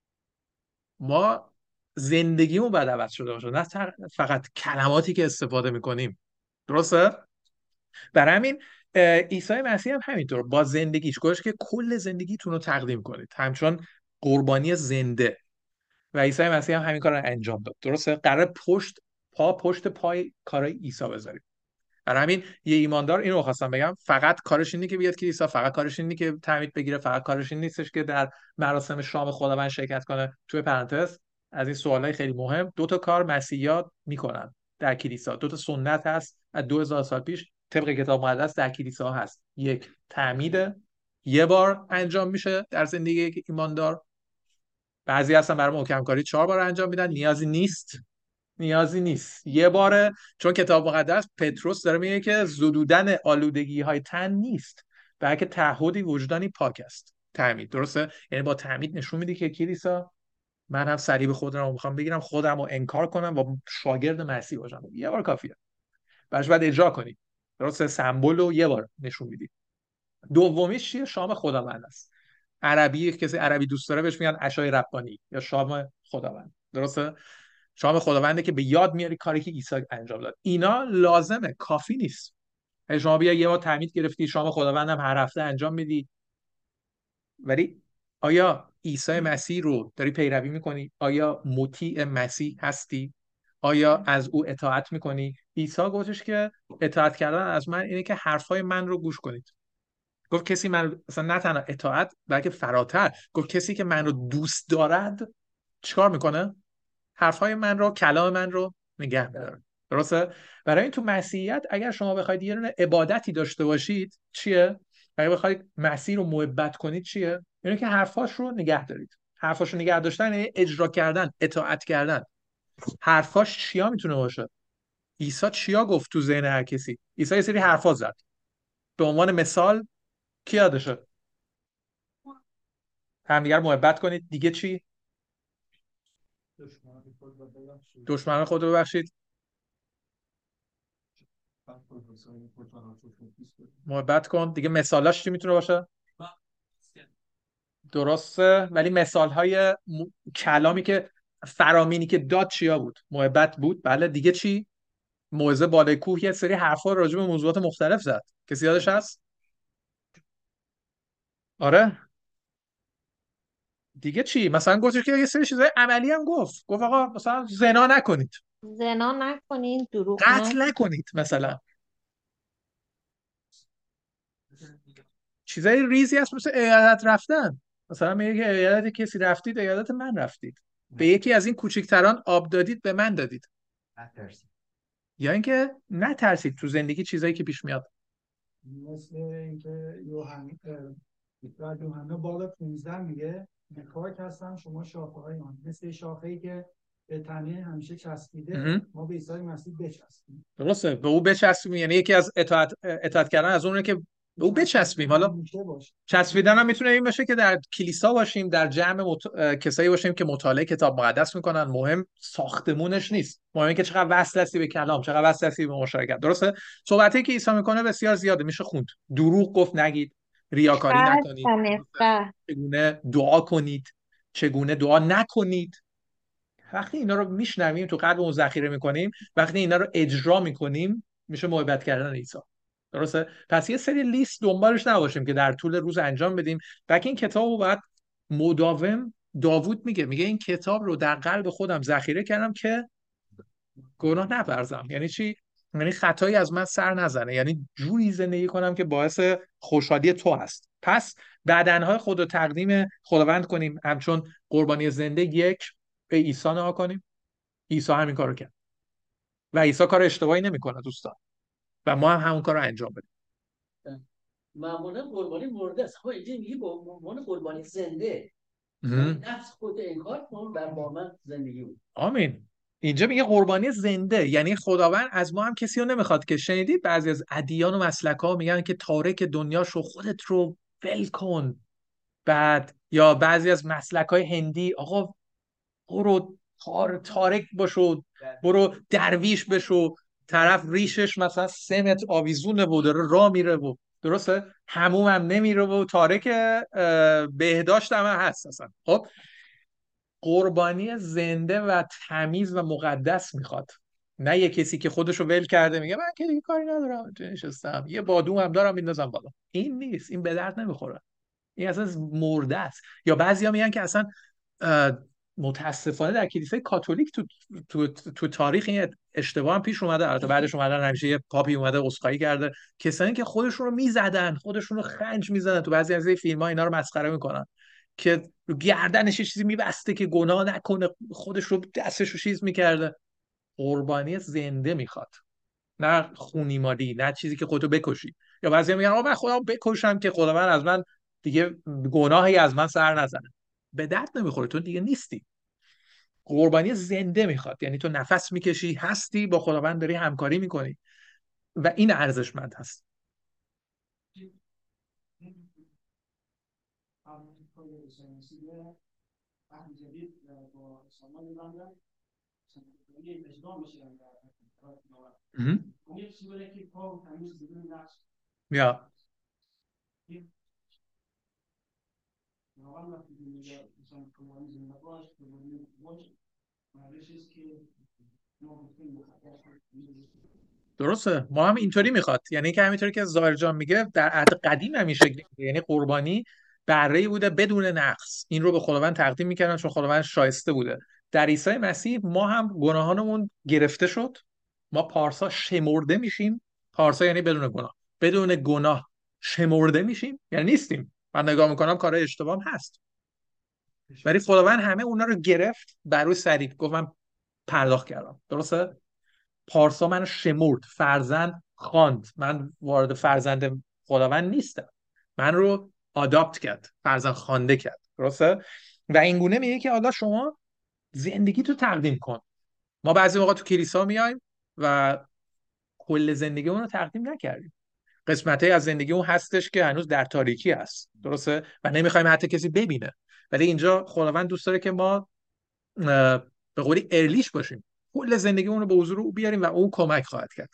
ما زندگیمون باید عوض شده باشه، نه فقط کلماتی که استفاده میکنیم. درسته؟ برای همین عیسی مسیح هم همینطور با زندگیش گفتش که کل زندگیتون رو تقدیم کنید همچون قربانی زنده، و عیسی مسیح هم همین کار رو انجام داد. درسته؟ قرار پشت پا پشت پای کارهای عیسی بذاریم. برای همین یه ایماندار اینو خواستم بگم، فقط کارش اینه که بیاد کلیسا، فقط کارش اینه که تعمید بگیره، فقط کارش این نیستش که در مراسم شام خداوند شرکت کنه. توی پرانتز از این سوالای خیلی مهم، دو تا کار مسیحیان میکنن در کلیسا، دو تا سنت هست از دو هزار سال پیش طبق کتاب مقدس در کلیسا هست. یک تعمید یه بار انجام میشه در زندگی یک ایماندار، بعضی هستن برای محکم کاری چهار بار انجام میدن. نیازی نیست نیازی نیست یه باره، چون کتاب مقدس پتروس داره میگه که زدودن آلودگی های تن نیست، بلکه تعهدی وجدانی پاک است. تعمید، درسته؟ یعنی با تعمید نشون میده که کلیسا من هم صلیب خودم رو میخوام بگیرم، خودم رو انکار کنم و شاگرد مسیح باشم. یه بار کافیه، بعدش بعد اجرا کنی. درسته؟ سمبل رو یه بار نشون میدی. دومیش چیه؟ شام خداوند است. عربی، کسی عربی دوست داره بهش میگن عشای ربانی یا شام خداوند. درسته؟ شام خداونده که به یاد میاری کاری که عیسی انجام داد. اینا لازمه، کافی نیست. اگه شما بیا یه بار تعمید گرفتی شام خداوندم هر هفته انجام میدی، ولی آیا عیسی مسیح رو داری پیروی میکنی؟ آیا مطیع مسیح هستی؟ آیا از او اطاعت میکنی؟ عیسی گفتش که اطاعت کردن از من اینه که حرفای من رو گوش کنید. گفت کسی من اصلا نه تنها اطاعت بلکه فراتر، گفت کسی که من رو دوست دارد چیکار میکنه؟ حرفهای من رو، کلام من رو نگه می‌داره. درسته؟ برای این تو مسیحیت اگر شما بخواید یه دونه عبادتی داشته باشید چیه؟ اگر بخواید مسیح رو محبت کنید چیه؟ یعنی که حرفاش رو نگه دارید. حرفاشو نگه داشتن یعنی اجرا کردن، اطاعت کردن. حرفاش چیا میتونه باشه؟ عیسی چیا گفت تو ذهن هر کسی؟ عیسی یه سری حرفا زد. به عنوان مثال کی یادشه؟ همدیگر محبت کنید. دیگه چی؟ دشمن خود رو ببخشید. محبت کن. دیگه مثالاش چی میتونه باشه؟ درسته، ولی مثالهای م... کلامی که فرامینی که داد چیا بود؟ محبت بود. بله. دیگه چی؟ موعظه بالای کوه یه سری حرفا راجع به موضوعات مختلف زد. کسی یادش هست؟ آره. دیگه چی؟ مثلا گفتش که یه سری چیزای عملی هم گفت. گفت آقا مثلا زنا نکنید. زنا نکنین، دروغ قتل نکنین. نکنید مثلا. چیزای ریزی هست مثل عیادت رفتن. مثلا میگه که عیادت کسی رفتید، عیادت من رفتید. به یکی از این کوچیکتران آب دادید، به من دادید. نترسید. یا اینکه نترسید تو زندگی چیزایی که پیش میاد. مثل اینکه یوحنا در یوحنا باب پانزده میگه خاک هستم شما شاخه های آن، مثل شاخه‌ای که به تنه همیشه چسبیده ما به عیسی مسیح بچسبیم. درسته، به او بچسبیم. یعنی یکی از اطاعت اطاعت کردن از اونه که به او بچسبیم. حالا چسبیدن هم میتونه این باشه که در کلیسا باشیم، در جمع مت... کسایی باشیم که مطالعه کتاب مقدس میکنن. مهم ساختمونش نیست، مهم که چقدر وصل هستی به کلام، چقدر وصل هستی به مشارکت. درسته، صحبتی که عیسی میکنه بسیار زیاده، میشه خوند. دروغ گفت نگید، ریاکاری نکنید، چگونه دعا کنید، چگونه دعا نکنید. وقتی اینا رو میشنویم تو قلبمون ذخیره میکنیم، وقتی اینا رو اجرا میکنیم، میشه محبت کردن عیسی. درسته؟ پس یه سری لیست دنبالش نباشیم که در طول روز انجام بدیم. بلکه این کتاب رو باید مداوم، داوود میگه میگه این کتاب رو در قلب خودم ذخیره کردم که گناه نورزم. یعنی چی؟ یعنی خطایی از من سر نزنه، یعنی جوری زندگی کنم که باعث خوشحالی تو هست. پس بدنهای خود رو تقدیم خداوند کنیم همچون قربانی زنده، یک به عیسی نگاه کنیم. عیسی همین کارو کرد و عیسی کار اشتباهی نمیکنه دوستان، و ما هم همون کار رو انجام بدیم. معمولا قربانی مرده است. خب اینجا میگه به عنوان قربانی زنده، نفس خود انکار کن بر با من زندگی بود. آمین. اینجا میگه قربانی زنده، یعنی خداوند از ما هم کسی رو نمیخواد که شنیدید بعضی از ادیان و مسلک ها میگن که تارک دنیاشو خودت رو ول کن. بعد یا بعضی از مسلک های هندی آقا برو تار تارک باشو، برو درویش بشو. طرف ریشش مثلا سه متر آویزونه و داره راه میره و درسته حموم هم نمیره و تارک بهداشت هم هست اصلا. خب قربانی زنده و تمیز و مقدس میخواد، نه یه کسی که خودشو ول کرده میگه من که دیگه کاری ندارم تو نشستم یه بادوم هم دارم میندازم بالا. این نیست، این به درد نمیخوره، این اصلا مرده است. یا بعضیا میگن که اصلا متاسفانه در کلیسای کاتولیک تو تو تو تاریخ این اشتباه هم پیش اومده. البته بعدش اومدن همیشه یه پاپی اومده عذرخواهی کرده. کسانی که خودشون رو میزدن، خودشون رو خنج میزدن، تو بعضی از این فیلم‌ها اینا رو مسخره میکنن که گردنش چیزی میبسته که گناه نکنه، خودش رو دستش رو چیز میکرده. قربانی زنده میخواد، نه خونیمالی، نه چیزی که خودتو بکشی. یا بعضی میگن آقا من خودم بکشم که خداوند از من دیگه گناهی از من سر نزنه. به درد نمیخوره، تو دیگه نیستی. قربانی زنده میخواد، یعنی تو نفس میکشی، هستی، با خداوند داری همکاری میکنی و این ارزشمند هست. یا درسته، ما هم اینطوری میخواد. یعنی که همینطوری که ظاهر جان میگه در عهد قدیم هم این شکلی، یعنی قربانی بهره‌ای بوده بدون نقص، این رو به خداوند تقدیم میکردن چون خداوند شایسته بوده. در عیسی مسیح ما هم گناهانمون گرفته شد، ما پارسا شمرده میشیم. پارسا یعنی بدون گناه، بدون گناه شمرده میشیم، یعنی نیستیم. من نگاه میکنم کارهای اشتباهم هست، ولی خداوند همه اونا رو گرفت بر روی صلیب، گفت من پرداخت کردم. درسته؟ پارسا منو شمرد، فرزند خواند. من وارد فرزند خداوند نیستم، من رو آداپت کرد، فرزند خوانده کرد. درسته؟ و این گونه میگه که حالا شما زندگی تو تقدیم کن. ما بعضی موقع تو کلیسا میایم و کل زندگیمون رو تقدیم نکردیم. قسمت‌هایی از زندگی اون هستش که هنوز در تاریکی است، درسته، و نمیخوایم حتی کسی ببینه. ولی اینجا خداوند دوست داره که ما به قولی ارلیش باشیم، کل زندگیمون رو به حضور او بیاریم و او کمک خواهد کرد.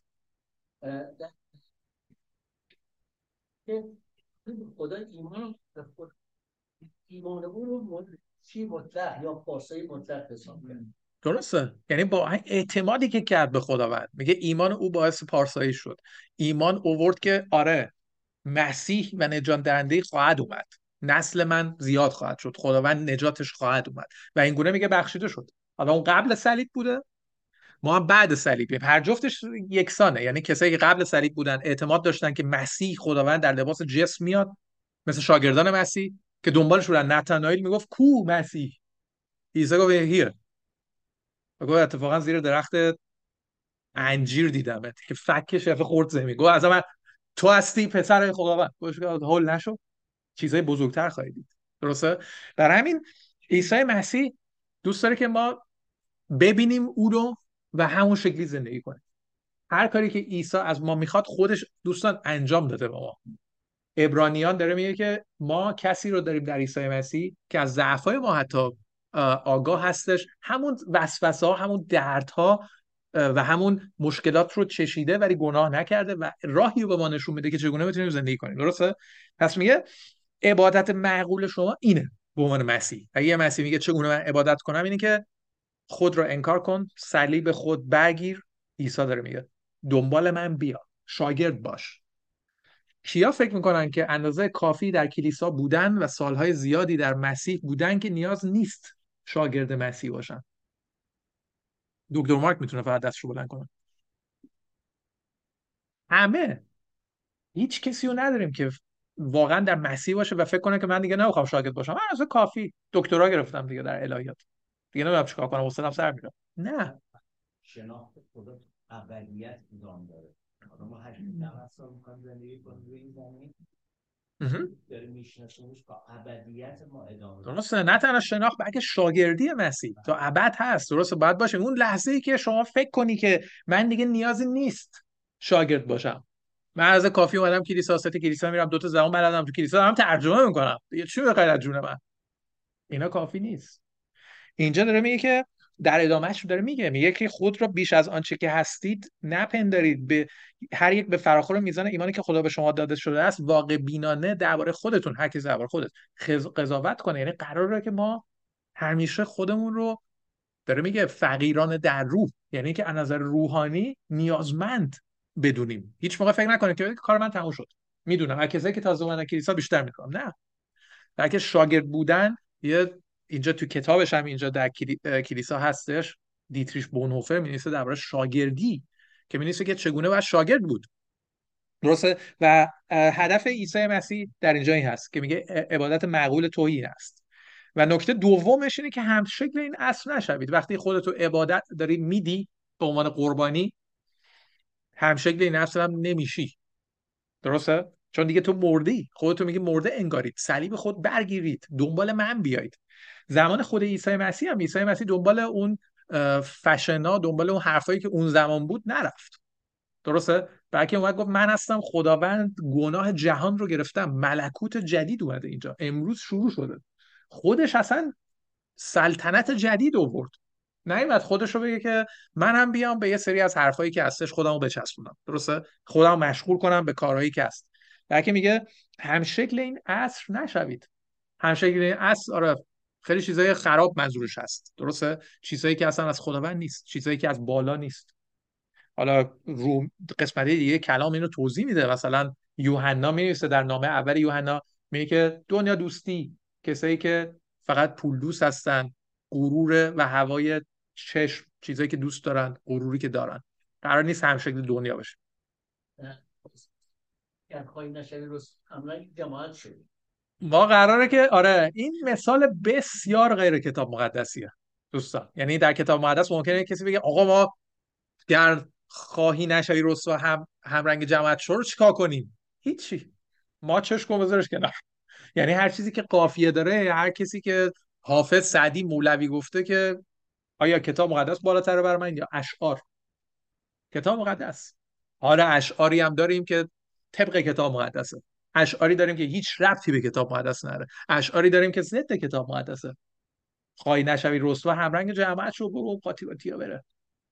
خدا ایمان رو ایمان او رو چی مطلق یا پارسایی مطلق حساب کرد. درسته، یعنی با اعتمادی که کرد به خداوند، میگه ایمان او باعث پارسایی شد. ایمان اوورد که آره مسیح و نجات دهنده خواهد اومد، نسل من زیاد خواهد شد، خداوند نجاتش خواهد اومد و این گونه میگه بخشیده شد. حالا اون قبل صلیب بوده، ما هم بعد صلیبیم، هر جفتش یکسانه. یعنی کسایی که قبل صلیب بودن اعتماد داشتن که مسیح خداوند در لباس جسم میاد، مثل شاگردان مسیح که دنبالش بودن. نتانائیل میگفت کو مسیح؟ عیسی گفت هیر. گفت اتفاقا زیر درخت انجیر دیدمت که فکش رفت خورد زمین. گفت از من تو هستی پسر خداوند. گفت هول نشو، چیزای بزرگتر خواهید دید. درسته؟ در همین عیسی مسیح دوست داره که ما ببینیم او رو و همون شکلی زندگی کنیم. هر کاری که عیسی از ما میخواد خودش دوستان انجام داده به ما. عبرانیان داره میگه که ما کسی رو داریم در عیسی مسیح که از ضعف‌های ما حتی آگاه هستش، همون وسوسه‌ها، همون دردها و همون مشکلات رو چشیده ولی گناه نکرده و راهی رو به ما نشون میده که چگونه بتونیم زندگی کنیم. درسته؟ پس میگه عبادت معقول شما اینه به عنوان مسیح. اگه یه مسیح میگه چگونه من عبادت کنم، اینه که خود رو انکار کن، صلیب خود برگیر. عیسی داره میگه دنبال من بیا، شاگرد باش. کیا فکر میکنن که اندازه کافی در کلیسا بودن و سالهای زیادی در مسیح بودن که نیاز نیست شاگرد مسیح باشن؟ دکتر مارک میتونه فقط دستشو بلند کنه. همه، هیچ کسی رو نداریم که واقعا در مسیح باشه و فکر کنه که من دیگه نمیخوام شاگرد باشم، من اصلا کافی دکترا گرفتم دیگه در الهیات، دیگه نمیدونم چیکار کنم، حوصله‌ام سر میره. نه، شناخت خدا ابدیت ایران داره. ما هشتاد سال می‌خوایم زندگی کنیم روی این زمین، داره میشناسیمش با ابدیت ما ادامه. درسته، نه تنها شناخت بلکه شاگردی مسیح تا ابد هست. درسته، باید باشه. اون لحظه‌ای که شما فکر کنی که من دیگه نیازی نیست شاگرد باشم، من از کافی اومدم کلیسا، سه تا کلیسا میرم، دو تا زبان بلدم، تو کلیسا دارم ترجمه میکنم، دیگه چی بخیر از جون من؟ اینا کافی نیست. اینجا داره میگه که در ادامهش داره میگه میگه که خود را بیش از آنچه که هستید نپندارید، به هر یک به فراخور میزان ایمانی که خدا به شما داده شده است واقع بینانه درباره خودتون، هر کی درباره خودت قضاوت کنه. یعنی قراره که ما همیشه خودمون رو، داره میگه فقیران در روح، یعنی که از نظر روحانی نیازمند بدونیم. هیچ موقع فکر نکنید که کار من تموم شد، میدونم هر کسی که تازه اومدن کلیسا بیشتر میکنم. نه، بلکه شاگرد بودن. یه اینجا تو کتابش هم اینجا در کلیسا هستش، دیتریش بونهوفر می‌نویسه درباره شاگردی که می‌نویسه که چگونه باید شاگرد بود. درسته؟ و هدف عیسی مسیح در اینجا این هست که میگه عبادت معقول تو این است. و نکته دومش اینه که هم شکل این اصل نشوید. وقتی خودتو عبادت داری میدی به عنوان قربانی، هم شکل این اصل هم نمیشی. درسته؟ چون دیگه تو مردی، خودتو میگه مرده انگارید، صلیب خود برگیرید، دنبال من بیایید. زمان خود عیسی مسیح هم عیسی مسیح دنبال اون فشنا، دنبال اون حرفایی که اون زمان بود نرفت. درسته؟ بلکه اومد گفت من هستم خداوند، گناه جهان رو گرفتم، ملکوت جدید اومده اینجا، امروز شروع شده. خودش اصلا سلطنت جدید آورد. نیومد خودش رو بگه که منم بیام به یه سری از حرفایی که هستش خودمو بچسبونم، درسته؟ خودمو مشغول کنم به کارهایی که هست. بلکه میگه همشکل این عصر نشوید. همشکل این عصر، آره، خیلی چیزای خراب منظورش هست، درسته؟ چیزایی که اصلا از خداوند نیست، چیزایی که از بالا نیست. حالا رو قسمت دیگه کلام اینو توضیح میده. مثلا یوحنا می‌نویسه در نامه اول یوحنا، میگه که دنیا دوستی، کسایی که فقط پول دوست هستن، غرور و هوای چشم، چیزایی که دوست دارن، غروری که دارن، قرار نیست هم شکل دنیا بشه. یعنی خواهی نشوی رو همراه جماعت شدی. ما قراره که، آره، این مثال بسیار غیر کتاب مقدسیه دوستان. یعنی در کتاب مقدس ممکنه کسی بگه آقا ما گر خواهی نشوی رسوا هم هم رنگ جماعت شو رو چیکار کنیم؟ هیچی، ما چشم کن بذارش کنار. یعنی هر چیزی که قافیه داره، هر کسی که حافظ، سعدی، مولوی گفته که آیا کتاب مقدس بالاتره بر من یا اشعار؟ کتاب مقدس. آره اشعاری هم داریم که طبق کتاب مقدسه، اشعاری داریم که هیچ ربطی به کتاب مقدس نداره، اشعاری داریم که ضد کتاب مقدسه. خواهی نشوی رسوا همرنگ جماعت شو، برو قاطی قاطی بره.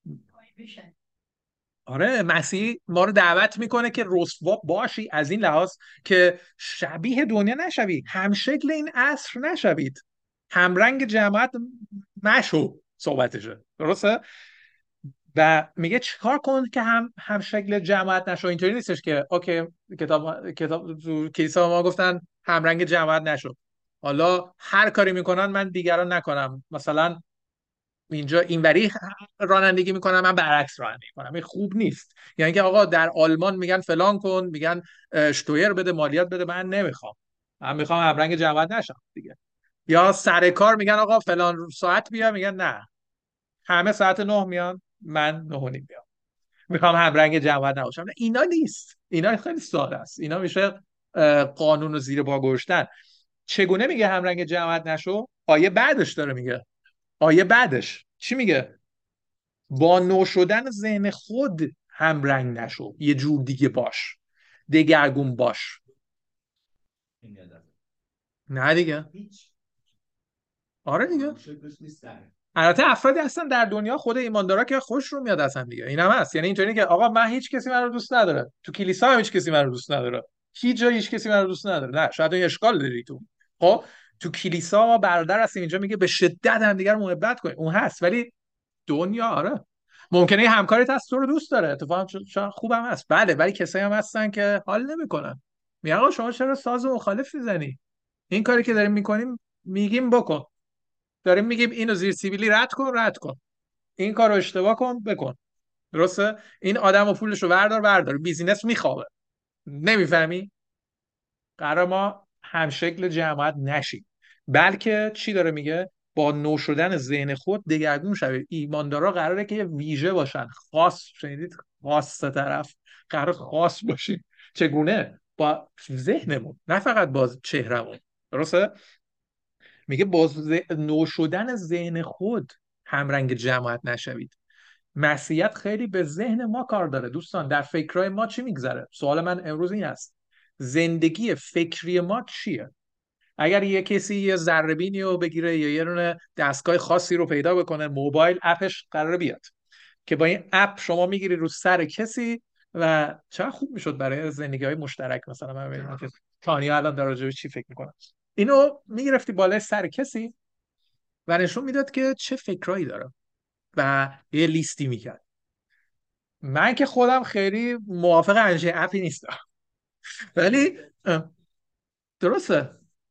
آره مسیح ما رو دعوت میکنه که رسوا باشی از این لحاظ که شبیه دنیا نشوی، همشکل این عصر نشوید، همرنگ جماعت نشو، صحبتشه درسته. و میگه چیکار کن که هم هم شکل جماعت نشو. اینطوری نیستش که اوکی کتاب کتاب تو کلیسا ما گفتن همرنگ جماعت نشو، حالا هر کاری میکنن من دیگران نکنم، مثلا اینجا اینوری رانندگی میکنم من برعکس رانندگی کنم، این خوب نیست. یعنی که آقا در آلمان میگن فلان کن، میگن شتویر بده، مالیات بده، من نمیخوام، من میخوام همرنگ جماعت نشم دیگه. یا سر کار میگن آقا فلان ساعت بیا، میگن نه همه ساعت نه میان، من نه و نیم میام، میخوام همرنگ جماعت نباشم. نه اینا نیست، اینا خیلی ساده است، اینا میشه قانون رو زیر پا گذاشتن. چگونه میگه همرنگ جماعت نشو؟ آیه بعدش داره میگه، آیه بعدش چی میگه؟ با نو شدن ذهن خود همرنگ نشو، یه جور دیگه باش، دگرگون باش. نه دیگه. آره دیگه. البته افرادی هستن در دنیا خود ایماندارا که خوش رو میاد اصلا دیگه، اینم هست. یعنی اینطوری که آقا من هیچ کسی من رو دوست نداره، تو کلیسا هم هیچ کسی من رو دوست نداره، هیچ جای هیچ کسی من رو دوست نداره. نه شاید این اشکال داری تو. خب تو کلیسا ما برادر هستیم، اینجا میگه به شدت همدیگه رو محبت کنیم، اون هست. ولی دنیا آره ممکنه همکاریت هست تو رو دوست داره، اتفاقا شاید خوبم هست، بله، ولی کسایی هم هستن که حال نمیکنن. میگن آقا شما چرا ساز مخالف میزنی؟ این کاری که داریم میکنیم میگیم بکن، داریم میگیم اینو زیر سیبیلی رد کن رد کن، این کارو اشتباه کن بکن، درسته؟ این آدم و پولش رو بردار بردار، بیزینس میخوابه. نمیفهمی؟ قرار ما هم شکل جماعت نشیم، بلکه چی داره میگه؟ با نو شدن ذهن خود دگرگون شوید. ایماندارا قراره که ویژه باشن، خاص. شنیدید؟ خاص طرف قرار خاص باشیم. چگونه؟ با ذهنمون، نه فقط با چهرمون، درسته؟ میگه با ز... نو شدن ذهن خود همرنگ جماعت نشوید. مسیحیت خیلی به ذهن ما کار داره دوستان. در فکرهای ما چی میگذره؟ سوال من امروز این است، زندگی فکری ما چیه؟ اگر یه کسی یه ذره‌بینی رو بگیره یا یه دونه دستگاه خاصی رو پیدا بکنه، موبایل اپش قراره بیاد که با این اپ شما میگیری رو سر کسی و چقدر خوب میشد برای زندگی‌های مشترک. مثلا من ببینم که تانیا الان در راجع به چی فکر میکنه، اینو میگرفتی بالای سر کسی و نشون میداد که چه فکرایی داره و یه لیستی میکرد. من که خودم خیلی موافق انجام اپی نیستم ولی درسته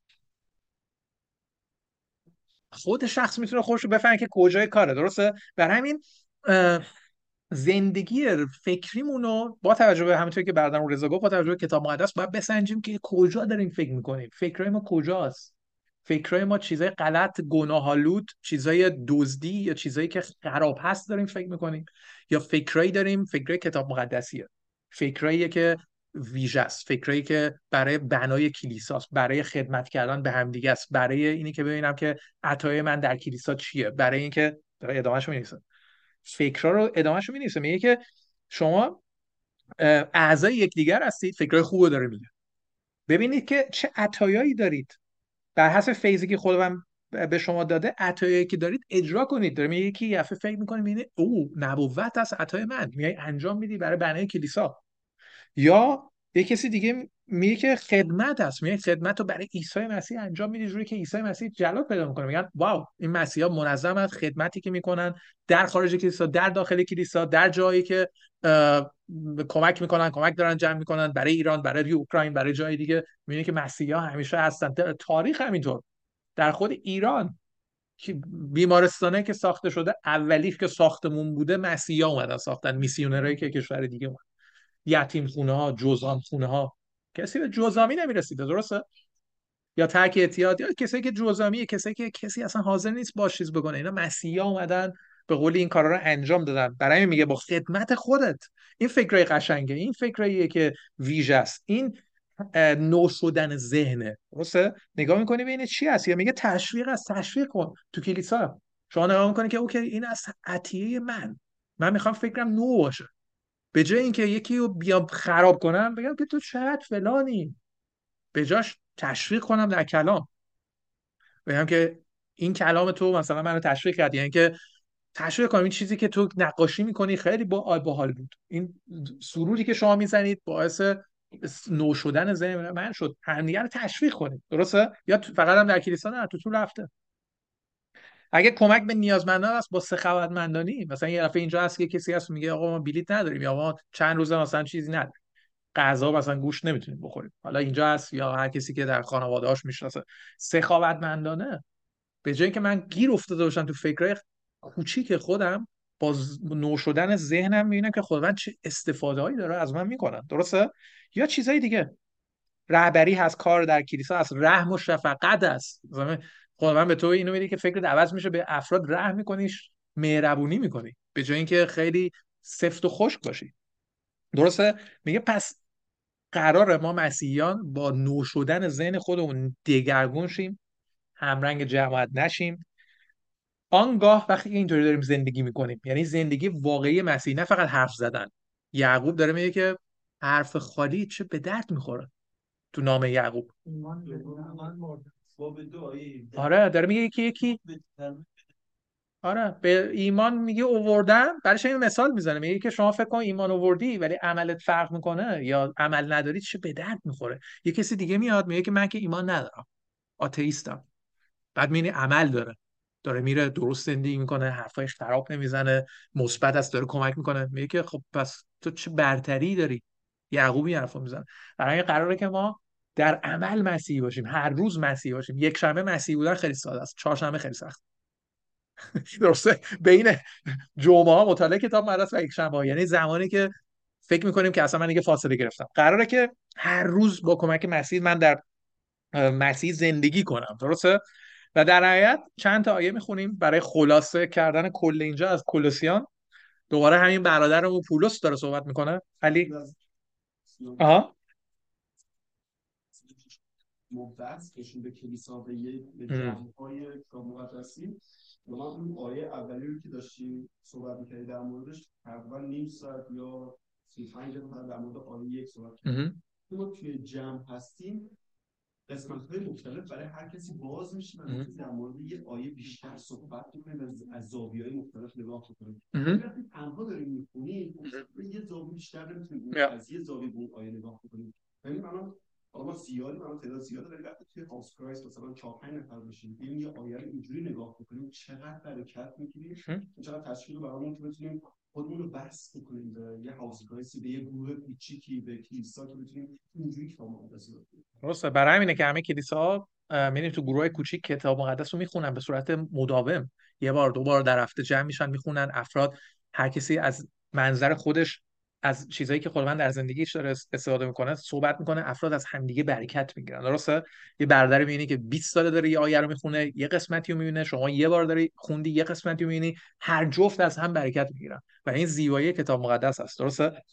خود شخص میتونه خودش رو بفهمه که کجای کاره، درسته؟ برای همین زندگی فکریمون رو با توجه به همونطوری که برادرم رضا گفت، با توجه به کتاب مقدس باید بسنجیم که کجا داریم فکر میکنیم، فکرای ما کجاست. فکرای ما چیزای غلط، گناهالود، چیزای دزدی یا چیزایی که خراب هست داریم فکر میکنیم، یا فکرایی داریم فکرای کتاب مقدسیه، فکرایی که ویژه است، فکرایی که برای بنای کلیساست، برای خدمت کردن به همدیگه است، برای اینی که ببینم که عطای من در کلیسا چیه، برای اینکه ادامه‌شو می‌نویسه، فکرها رو ادامه‌شو می‌نویسه، میگه که شما اعضای یکدیگر هستید، فکرای خوبو داره میگه. ببینید که چه عطایایی دارید، بر حسب فیضی که خودم به شما داده عطایی که دارید اجرا کنید. داره میگه که یه دفعه فکر می‌کنی می‌بینی او نبوت از عطای من، میای انجام میدی برای بنای کلیسا. یا یه کسی دیگه میگه که خدمت هست، میگه خدمت رو برای عیسی مسیح انجام میدی جوری که عیسی مسیح جلال پیدا میکنه. میگن واو این مسیحا منظم هست، خدمتی که میکنن در خارج کلیسا، در داخل کلیسا، در جایی که کمک میکنن، کمک دارن جمع میکنن برای ایران، برای اوکراین، برای جای دیگه. میبینی که مسیحا همیشه هستن، در تاریخ همینطور. در خود ایران که بیمارستانه که ساخته شده، اولی که ساختمون بوده مسیحا اومدن ساختن، میسیونرایی که کشور دیگه اومدن. یتیم خونه ها، جزام خونه ها، کسی به جزامی نمیرسیده، درسته؟ یا ترک اعتیاد، یا کسی که جزامیه، کسی که کسی اصلا حاضر نیست باش چیز بکنه. اینا مسیحا اومدن به قول این کارا رو انجام دادن. برای همین میگه با خدمت خودت. این فکرای قشنگه، این فکراییه که ویژه است. این نو شدن ذهنه. درسته؟ نگاه میکنی ببینی چی هست، یا میگه تشویق از تشویق کن تو کلیسا. شما نگاه میکنی که اوکی این از عطیه من، من میخوام فکرم نو باشه، به جای اینکه یکی رو بیام خراب کنم بگم که تو چقدر فلانی، به جاش تشویق کنم در کلام، بگم که این کلام تو مثلا منو تشویق کرد، یعنی که تشویق کنم این چیزی که تو نقاشی میکنی خیلی با باحال بود، این سرودی که شما میزنید باعث نو شدن ذهن من شد، همدیگه رو تشویق کنید. درسته؟ یا فقط هم در کلیسا نه، تو طول هفته اگه کمک به نیازمندان است با سخاوتمندانی، مثلا یه دفعه اینجا هست که کسی هست میگه آقا ما بلیط نداریم، یا ما چند روزه مثلا چیزی نداریم، غذا مثلا گوشت نمیتونیم بخوریم، حالا اینجا هست، یا هر کسی که در خانواده‌اش میشناسه، سخاوتمندانه، به جای اینکه من گیر افتاده باشم تو فکرای کوچیک خودم، با نو شدن ذهنم میبینم که خداوند چه استفاده‌ای داره از من میکنن. درسته؟ یا چیزای دیگه، رهبری هست، کار در کلیسا هست، رحم و شفقت هست، خداوند به تو اینو میده که فکرت عوض میشه، به افراد رحم میکنیش، مهربونی میکنی، به جای اینکه خیلی سفت و خشک باشی. درسته؟ میگه پس قراره ما مسیحیان با نو شدن ذهن خودمون دگرگون شیم، همرنگ جماعت نشیم. آنگاه وقتی اینطوری داریم زندگی میکنیم، یعنی زندگی واقعی مسیحی، نه فقط حرف زدن. یعقوب داره میگه که حرف خالی چه به درد میخوره تو نامه یعقوب. آره داره میگه که یکی آره به ایمان میگه آوردم، برایش این مثال میزنه، میگه که شما فکر کن ایمان آوردی ولی عملت فرق میکنه یا عمل نداری، چه به درد میخوره. یه کسی دیگه میاد میگه که من که ایمان ندارم، آتئیستم، بعد میبینی عمل داره، داره میره درست زندگی میکنه، حرفایش خراب نمیزنه، مثبت است، داره کمک میکنه، میگه که خب پس تو چه برتری داری. یعقوبی حرفو میزنه. برای این قراره که ما در عمل مسیحی باشیم، هر روز مسیحی باشیم. یک شنبه مسیحی بودن خیلی ساده است، چهارشنبه خیلی سخت. درسته؟ بین جمعه ها مطالعه کتاب مقدس و یک شنبه، یعنی زمانی که فکر میکنیم که اصلا من دیگه فاصله گرفتم. قراره که هر روز با کمک مسیح من در مسیح زندگی کنم. درسته؟ و در نهایت چند تا آیه میخونیم برای خلاصه کردن کل اینجا از کولوسیان. دوباره همین برادرمون پولس داره صحبت میکنه. علی آها مبتز کشون به کلیسا به یک به جمع‌های مقدسی، و من اون آیه اولی رو که داشتیم صحبت می‌کردیم در موردش تقریبا نیم ساعت یا سی و پنج دقیقه در مورد آیه یک صحبت کردیم. ما توی جمع هستیم، قسمت‌های مختلف برای هر کسی باز میشه و در مورد یه آیه بیشتر صحبت می‌کنیم، از از زاویه‌های مختلف نگاه می‌کنیم. وقتی تنها داریم می‌خونیم یه زاویه بیشتر نمی‌تونیم از یه زاویه به اون آیه نگاه کنیم. یعنی من حالا زیادی من تعداد زیاده ولی وقتی توی هاوس کرایست مثلا چهار پنج نفر باشیم ببینیم یه آیه رو اینجوری نگاه کنیم، چقدر برکت می‌گیریم، چقدر تشکیل برامون که بتونیم خودمون رو بس کنیم به یه هاوس کرایستی، به یه گروه کوچیکی، به کلیسا که بتونیم اینجوری کتاب مقدس رو بخونیم. درسته، برای همینه که همه کلیساها میریم تو گروهای کوچیک کتاب مقدس رو میخونن به صورت مداوم، یه بار دو بار در هفته جمع میشن میخونن، افراد هر کسی از منظر خودش از چیزایی که خداوند در زندگیش داره استفاده میکنه صحبت میکنه، افراد از همدیگه برکت میگیرن. درسته؟ یه برادر میبینی که بیست ساله داره یه آیه رو میخونه، یه قسمتی رو میبینه، شما یه بار داری خوندی یه قسمتی رو میبینی، هر جفت از هم برکت میگیرن و این زیبایی کتاب مقدس است. درسته؟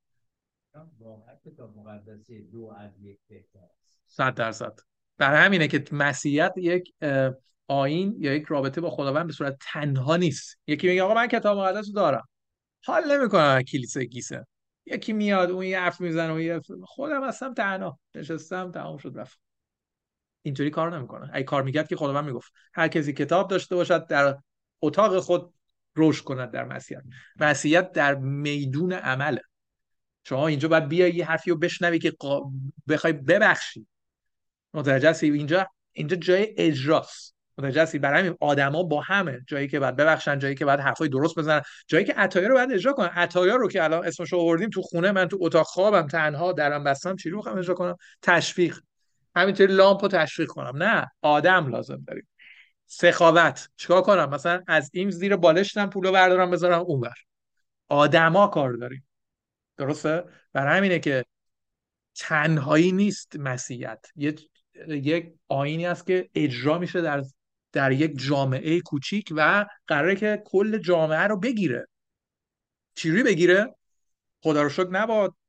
واقعا کتاب مقدس دو از یک بهتر است. صد درصد. برای همینه که مسیحیت یک آیین یا یک رابطه با خداوند به صورت تنها نیست. یکی میگه آقا من کتاب مقدس رو دارم، حال نمیکنم کلیسا گیسه، یکی میاد اون یه حرف میزنه و یه خودم هستم تنها نشستم تمام شد رفت. اینطوری کار نمیکنه. اگه کار میکرد که خداوند میگفت هر کسی کتاب داشته باشد در اتاق خود رشد کند در مسیحیت. مسیحیت در میدون عمله. شما اینجا باید بیای یه حرفی رو بشنوی که قا... بخوای ببخشی. متوجه هستی؟ اینجا اینجا جای اجراست. متوجه هستی؟ برای همین آدما با همه، جایی که بعد ببخشن، جایی که بعد حرفای درست بزنن، جایی که عطایا رو بعد اجرا کنن. عطایا رو که الان اسمش رو آوردیم تو خونه من تو اتاق خوابم تنها درم بستم چی رو میخوام اجرا کنم؟ تشویق. همینطوری لامپو تشویق کنم؟ نه، آدم لازم داریم. سخاوت چیکار کنم؟ مثلا از این زیر بالشتم پولو بردارم بذارم اونور. آدما کار داریم. درسته؟ برای همینه که تنهایی نیست مسیحیت، یک یک آیینی است که اجرا میشه در در یک جامعه کوچیک و قراره که کل جامعه رو بگیره. چجوری بگیره؟ خدا رو شکر نباد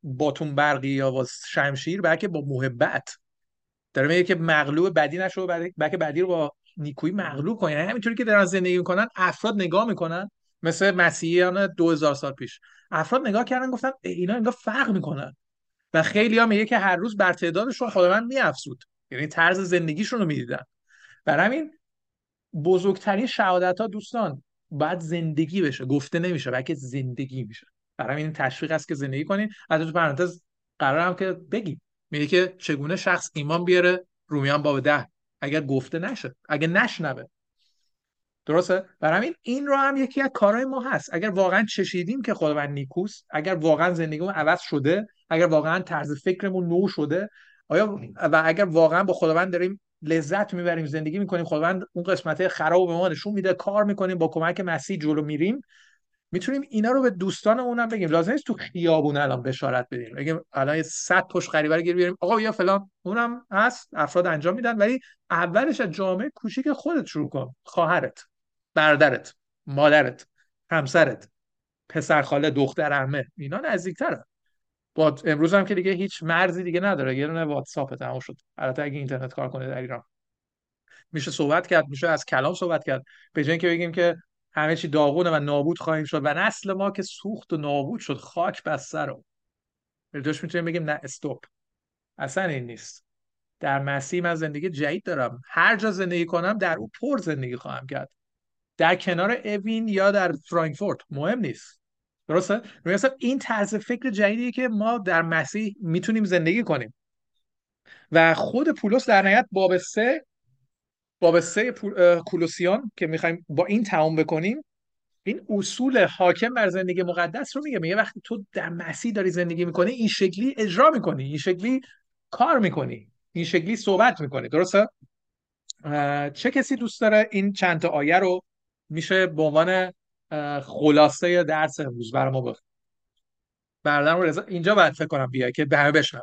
باتون برقی یا با شمشیر، بلکه با محبت. داره میگه که مغلوب بدی نشو، بلکه بدی رو با نیکویی مغلوب کن. یعنی همینطوری که دارن زندگی میکنن افراد نگاه میکنن، مثل مسیحیان دو هزار سال پیش افراد نگاه کردن گفتن اینا انگار فرق میکنن، و خیلی ها میگه که هر روز بر تعدادشون خداوند میافزود، یعنی طرز زندگیشون رو میدیدن. برای همین بزرگترین شهادت ها دوستان باید زندگی بشه، گفته نمیشه بلکه زندگی میشه. برای همین تشویق است که زندگی کنین. البته تو پرانتز قرارم که بگیم، میگه که چگونه شخص ایمان بیاره، رومیان باب ده، اگر گفته نشه، اگر نشنوه. درسته؟ برای همین این رو هم یکی از کارهای ما هست. اگر واقعا چشیدیم که خداوند نیکوست، اگر واقعا زندگیمون عوض شده، اگر واقعا طرز فکرمون نو شده، آیا و اگر واقعا با خداوند داریم لذت میبریم، زندگی میکنیم، خداوند اون قسمت خراب به ما نشون میده، کار میکنیم، با کمک مسیح جلو میریم، میتونیم اینا رو به دوستانمون هم بگیم. لازم نیست تو خیابون الان بشارت بدیم، بگیم الان صد پشت غریبه رو گیر بیاریم آقا یا فلان، اونم هست افراد انجام میدن، ولی اولش از جامعه کوچیک خودت شروع کن. خواهرت، برادرت، مادرت، همسرت، پسر خاله، دختر عمه، اینا نزدیک‌تره. با امروز هم که دیگه هیچ مرزی دیگه نداره، یه دونه واتساپ تموم شد. البته اگه اینترنت کار کنه در ایران میشه صحبت کرد، میشه از کلام صحبت کرد، به جای اینکه بگیم که همه چی داغونه و نابود خواهیم شد و نسل ما که سوخت و نابود شد، خاک بس سر رو دوش میتونیم بگیم نه استوب، اصلا این نیست. در مسیح من زندگی جدید دارم، هر جا زندگی کنم در او پر زندگی خواهم کرد، در کنار اوین یا در فرانکفورت مهم نیست. درسته؟ مثلا این طرز فکر جدیدیه که ما در مسیح میتونیم زندگی کنیم. و خود پولس در نهایت باب سه باب سه کولوسیان که میخوایم با این تمام بکنیم، این اصول حاکم بر زندگی مقدس رو میگه. میگه وقتی تو در مسیح داری زندگی میکنی، این شکلی اجرا میکنی، این شکلی کار میکنی، این شکلی صحبت میکنی. درسته؟ چه کسی دوست داره این چند تا آیه رو میشه به عنوان خلاصه درس امروز برای ما بخونه؟ برادرم رضا اینجا باید فکر کنم بیای که به همه بشنون.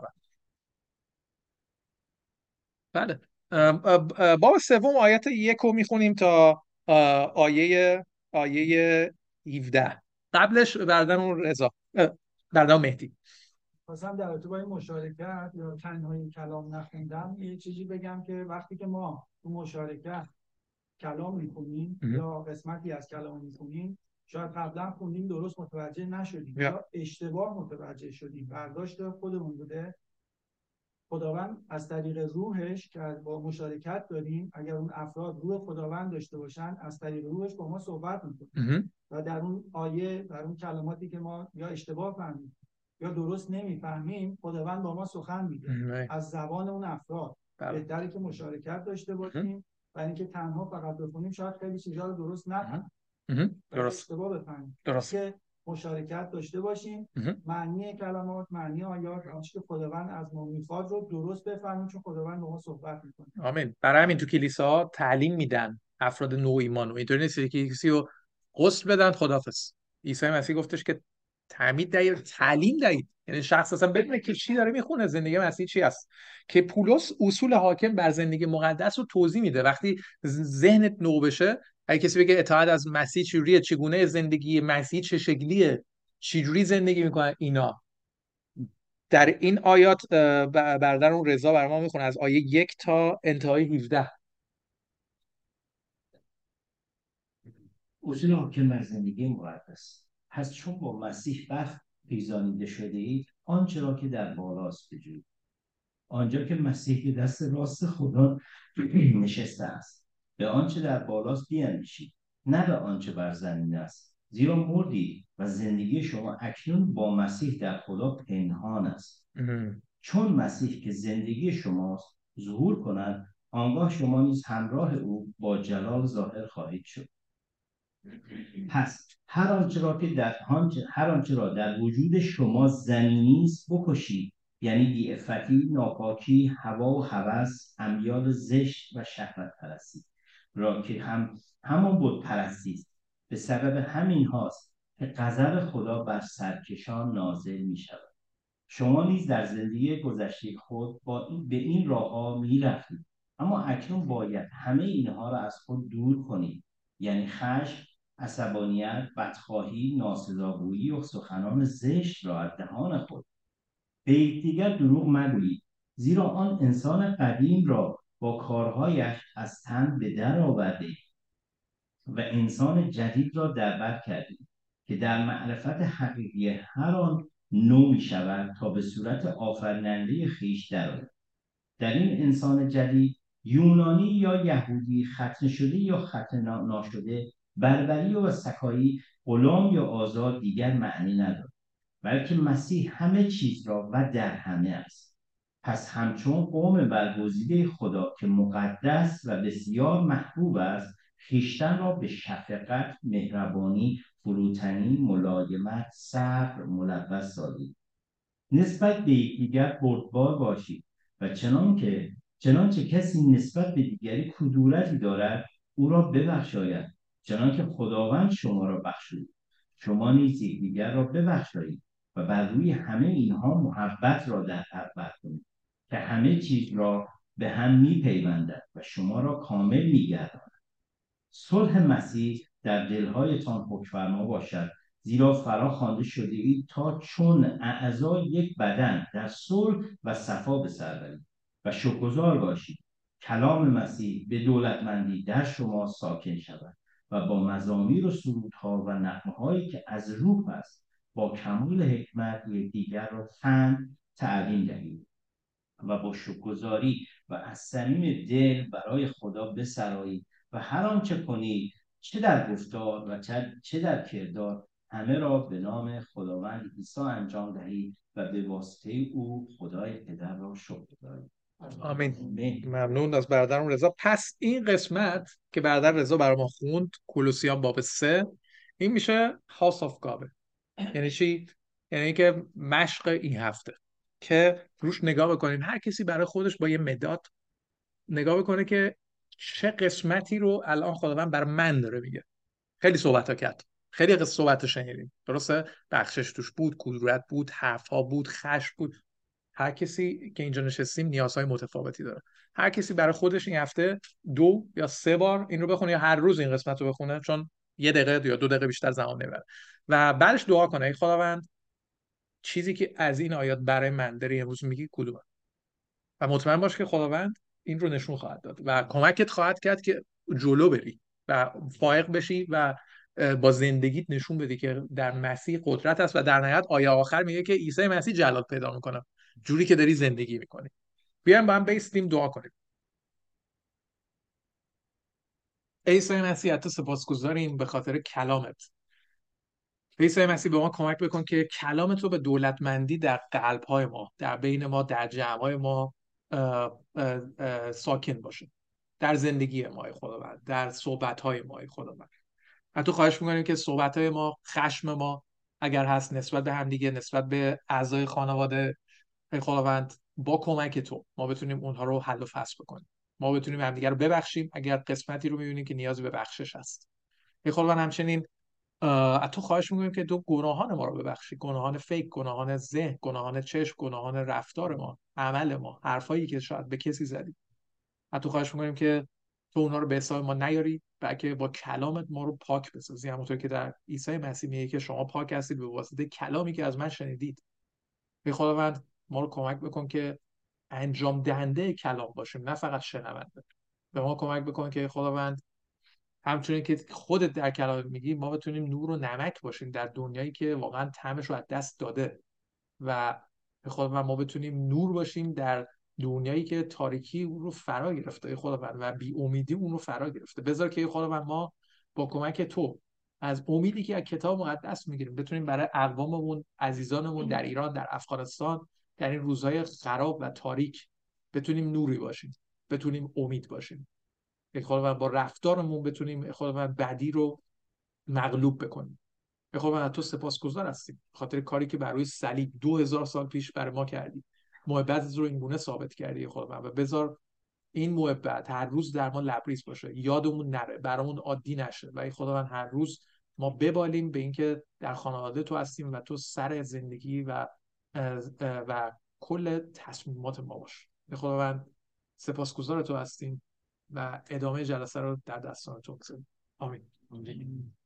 بله. باب سوم آیات یک رو میخونیم تا آیه آیه هفده. قبلش برادرم رضا، برادرم مهدی، خواستم در رابطه با این مشارکت یا تنهایی کلام نخوندم یه چیزی بگم که وقتی که ما تو مشارکت کلام میکنیم یا قسمتی از کلام میکنیم، شاید قبلا خوندیم درست متوجه نشدیم یا, یا اشتباه متوجه شدیم، برداشت خودمون بوده. خداوند از طریق روحش که با مشارکت داریم، اگر اون افراد روح خداوند داشته باشن، از طریق روحش با ما صحبت میکنه و در اون آیه، در اون کلماتی که ما یا اشتباه فهمیم یا درست نمیفهمیم، خداوند با ما سخن میگه از زبان اون افراد. بهتره که مشارکت داشته باشیم و اینکه تنها فقط بخونیم شاید خیلی چیزا رو درست نفهمیم، درست اشتباه بفهمیم. درست که مشارکت داشته باشیم، معنی کلمات، معنی آیات، آنچه که خداوند از ما میخواد رو درست بفهمیم، چون خداوند با ما صحبت میکنه. آمین. برای همین تو کلیسا تعلیم میدن افراد نو ایمان رو. اینطوری نیست که کسی رو غسل بدن خداحافظ. عیسی مسیح گفتش که تعمید دهید، تعلیم دهید، یعنی شخص اصلا بدونه که چی داره میخونه، زندگی مسیح چی است. که پولس اصول حاکم بر زندگی مقدس رو توضیح میده. وقتی ذهنت نو بشه، اگه کسی بگه اطاعت از مسیح چجوریه، چگونه زندگی مسیح چه شکلیه، چجوری زندگی میکنه، اینا در این آیات برادر اون رضا برای ما میخونه از آیه یک تا انتهای هفده. اصول حاکم بر زندگی مقدس هست. چون با مسیح برخیزانیده شده اید، آنچه را که در بالاست بجویید، آنجا که مسیح به دست راست خدا نشسته است. به آنچه در بالاست بیاندیشید، نه به آنچه بر زمین است، زیرا مردید و زندگی شما اکنون با مسیح در خدا پنهان است. چون مسیح که زندگی شماست ظهور کند، آنگاه شما نیز همراه او با جلال ظاهر خواهید شد. پس هر آنچه را که در هر آنچه را در وجود شما زمینی است بکشید، یعنی بی‌عفتی، ناپاکی، هوا و هوس، امیال زشت و شهوت پرستی را که هم همان بت پرستی است. به سبب همین هاست که غضب خدا بر سرکشان نازل می شود. شما نیز در زندگی گذشته خود با این به این راه‌ها می‌رفتید، اما اکنون باید همه اینها را از خود دور کنید، یعنی خشم، عصبانیت، بدخواهی، ناسزاگویی و سخنان زشت را از دهان خود به یکدیگر دروغ مگویید، زیرا آن انسان قدیم را با کارهایش از تن به در آوردید و انسان جدید را در بر کردید که در معرفت حقیقی هر آن نو می شود تا به صورت آفریننده خویش درآید. در این انسان جدید یونانی یا یهودی، ختنه شده یا ختنه ناشده، بربری و سکایی، غلام یا آزاد دیگر معنی ندارد، بلکه مسیح همه چیز را و در همه است. پس همچون قوم برگزیده خدا که مقدس و بسیار محبوب است، خویشتن را به شفقت، مهربانی، فروتنی، ملایمت، صبر ملبس سازید. نسبت به یکدیگر بردبار باشید و چنانکه چنانچه کسی نسبت به دیگری کدورتی دارد او را ببخشاید، چنانکه خداوند شما را بخشید. شما نیز یکدیگر را ببخشایید و بر روی همه اینها محبت را در بر کنید که همه چیز را به هم میپیوندد و شما را کامل میگرداند. صلح مسیح در دلهایتان حکمفرما باشد، زیرا فرا خوانده شده اید تا چون اعضای یک بدن در صلح و صفا به سر برید و شکرگزار باشید. کلام مسیح به دولتمندی در شما ساکن شود و با مزامیر و سرودها و نغمه‌هایی که از روح است با کمال حکمت یکدیگر را فهم تعلیم دهید و با شکرگزاری و از صمیم دل برای خدا بسرایید و هر آنچه کنید، چه در گفتار و چه در کردار، همه را به نام خداوند عیسی انجام دهید و به واسطه او خدای پدر را شکر گزارید. آمین. ممنون از برادرم رضا. پس این قسمت که برادر رضا برای ما خوند، کولوسیان باب سه، این میشه هاوس آف گاد. یعنی چی؟ یعنی که مشق این هفته که روش نگاه بکنیم، هر کسی برای خودش با یه مداد نگاه بکنه که چه قسمتی رو الان خداوند بر من داره میگه. خیلی صحبت ها کرد، خیلی قصه صحبت شنیدیم، درسته؟ بخشش توش بود، کدورت بود، حرف ها بود، خشم بود. هر کسی که اینجا نشستیم نیازهای متفاوتی داره. هر کسی برای خودش این هفته دو یا سه بار این رو بخونه یا هر روز این قسمت رو بخونه، چون یه دقیقه یا دو دقیقه بیشتر زمان نمیبره، و بعدش دعا کنه ای خداوند چیزی که از این آیات برای من داری امروز میگی کدومه، و مطمئن باش که خداوند این رو نشون خواهد داد و کمکت خواهد کرد که جلو بری و فائق بشی و با زندگیت نشون بدی که در مسیح قدرت است. و در نهایت آیه آخر میگه که عیسی مسیح جلال پیدا میکنه جوری که داری زندگی میکنی. بیایم با هم بیستیم دعا کنیم. عیسی مسیح تو سپاسگزاریم به خاطر کلامت. عیسی مسیح به ما کمک بکن که کلامت رو به دولتمندی در قلب‌های ما، در بین ما، در جمع‌های ما اه اه اه ساکن باشه، در زندگی ما خداوند، در صحبت‌های ما خداوند. حتی خواهش می‌کنیم که صحبت‌های ما، خشم ما اگر هست نسبت به همدیگه، نسبت به اعضای خانواده خداوند، با کمک تو ما بتونیم اونها رو حل و فصل بکنیم. ما بتونیم همدیگه رو ببخشیم اگر قسمتی رو می‌بینیم که نیاز به بخشش هست. ای خداوند همچنین از تو خواهش میکنیم که تو گناهان ما رو ببخشی، گناهان فکر، گناهان ذهن، گناهان چشم، گناهان رفتار ما، عمل ما، حرفایی که شاید به کسی زدیم. از تو خواهش میکنیم که تو اونا رو به حساب ما نیاری، بلکه با کلامت ما رو پاک بسازی، همونطور که در عیسی مسیح میگه که شما پاک هستید به واسطه کلامی که از من شنیدید. به خداوند ما رو کمک بکن که انجام دهنده کلام باشیم، نه فقط شنونده. به ما کمک بکن که خداوند همچنین که خودت در کلام میگی ما بتونیم نور و نمک باشیم در دنیایی که واقعا طعمش رو از دست داده، و به خداوند ما بتونیم نور باشیم در دنیایی که تاریکی اون رو فرا گرفته خداوند و بی امیدی اون رو فرا گرفته. بذار که خداوند ما با کمک تو از امیدی که از کتاب مقدس میگیریم بتونیم برای اقواممون، عزیزانمون در ایران، در افغانستان، در این روزهای خراب و تاریک بتونیم نوری باشیم، بتونیم امید باشیم. خداوند با رفتارمون بتونیم خداوند بدی رو مغلوب بکنیم. خداوند تو سپاسگزار هستیم خاطر کاری که بر روی صلیب دو هزار سال پیش برای ما کردی. محبت رو این گونه ثابت کردی خداوند، و بذار این محبت هر روز در ما لبریز باشه، یادمون نره، برامون عادی نشه، و ای خداوند هر روز ما ببالیم به اینکه در خانواده تو هستیم و تو سر زندگی و و کل تصمیمات ما باش. خداوند سپاسگزار تو هستیم و ادامه جلسه رو در دستان تو بگذاریم. آمین.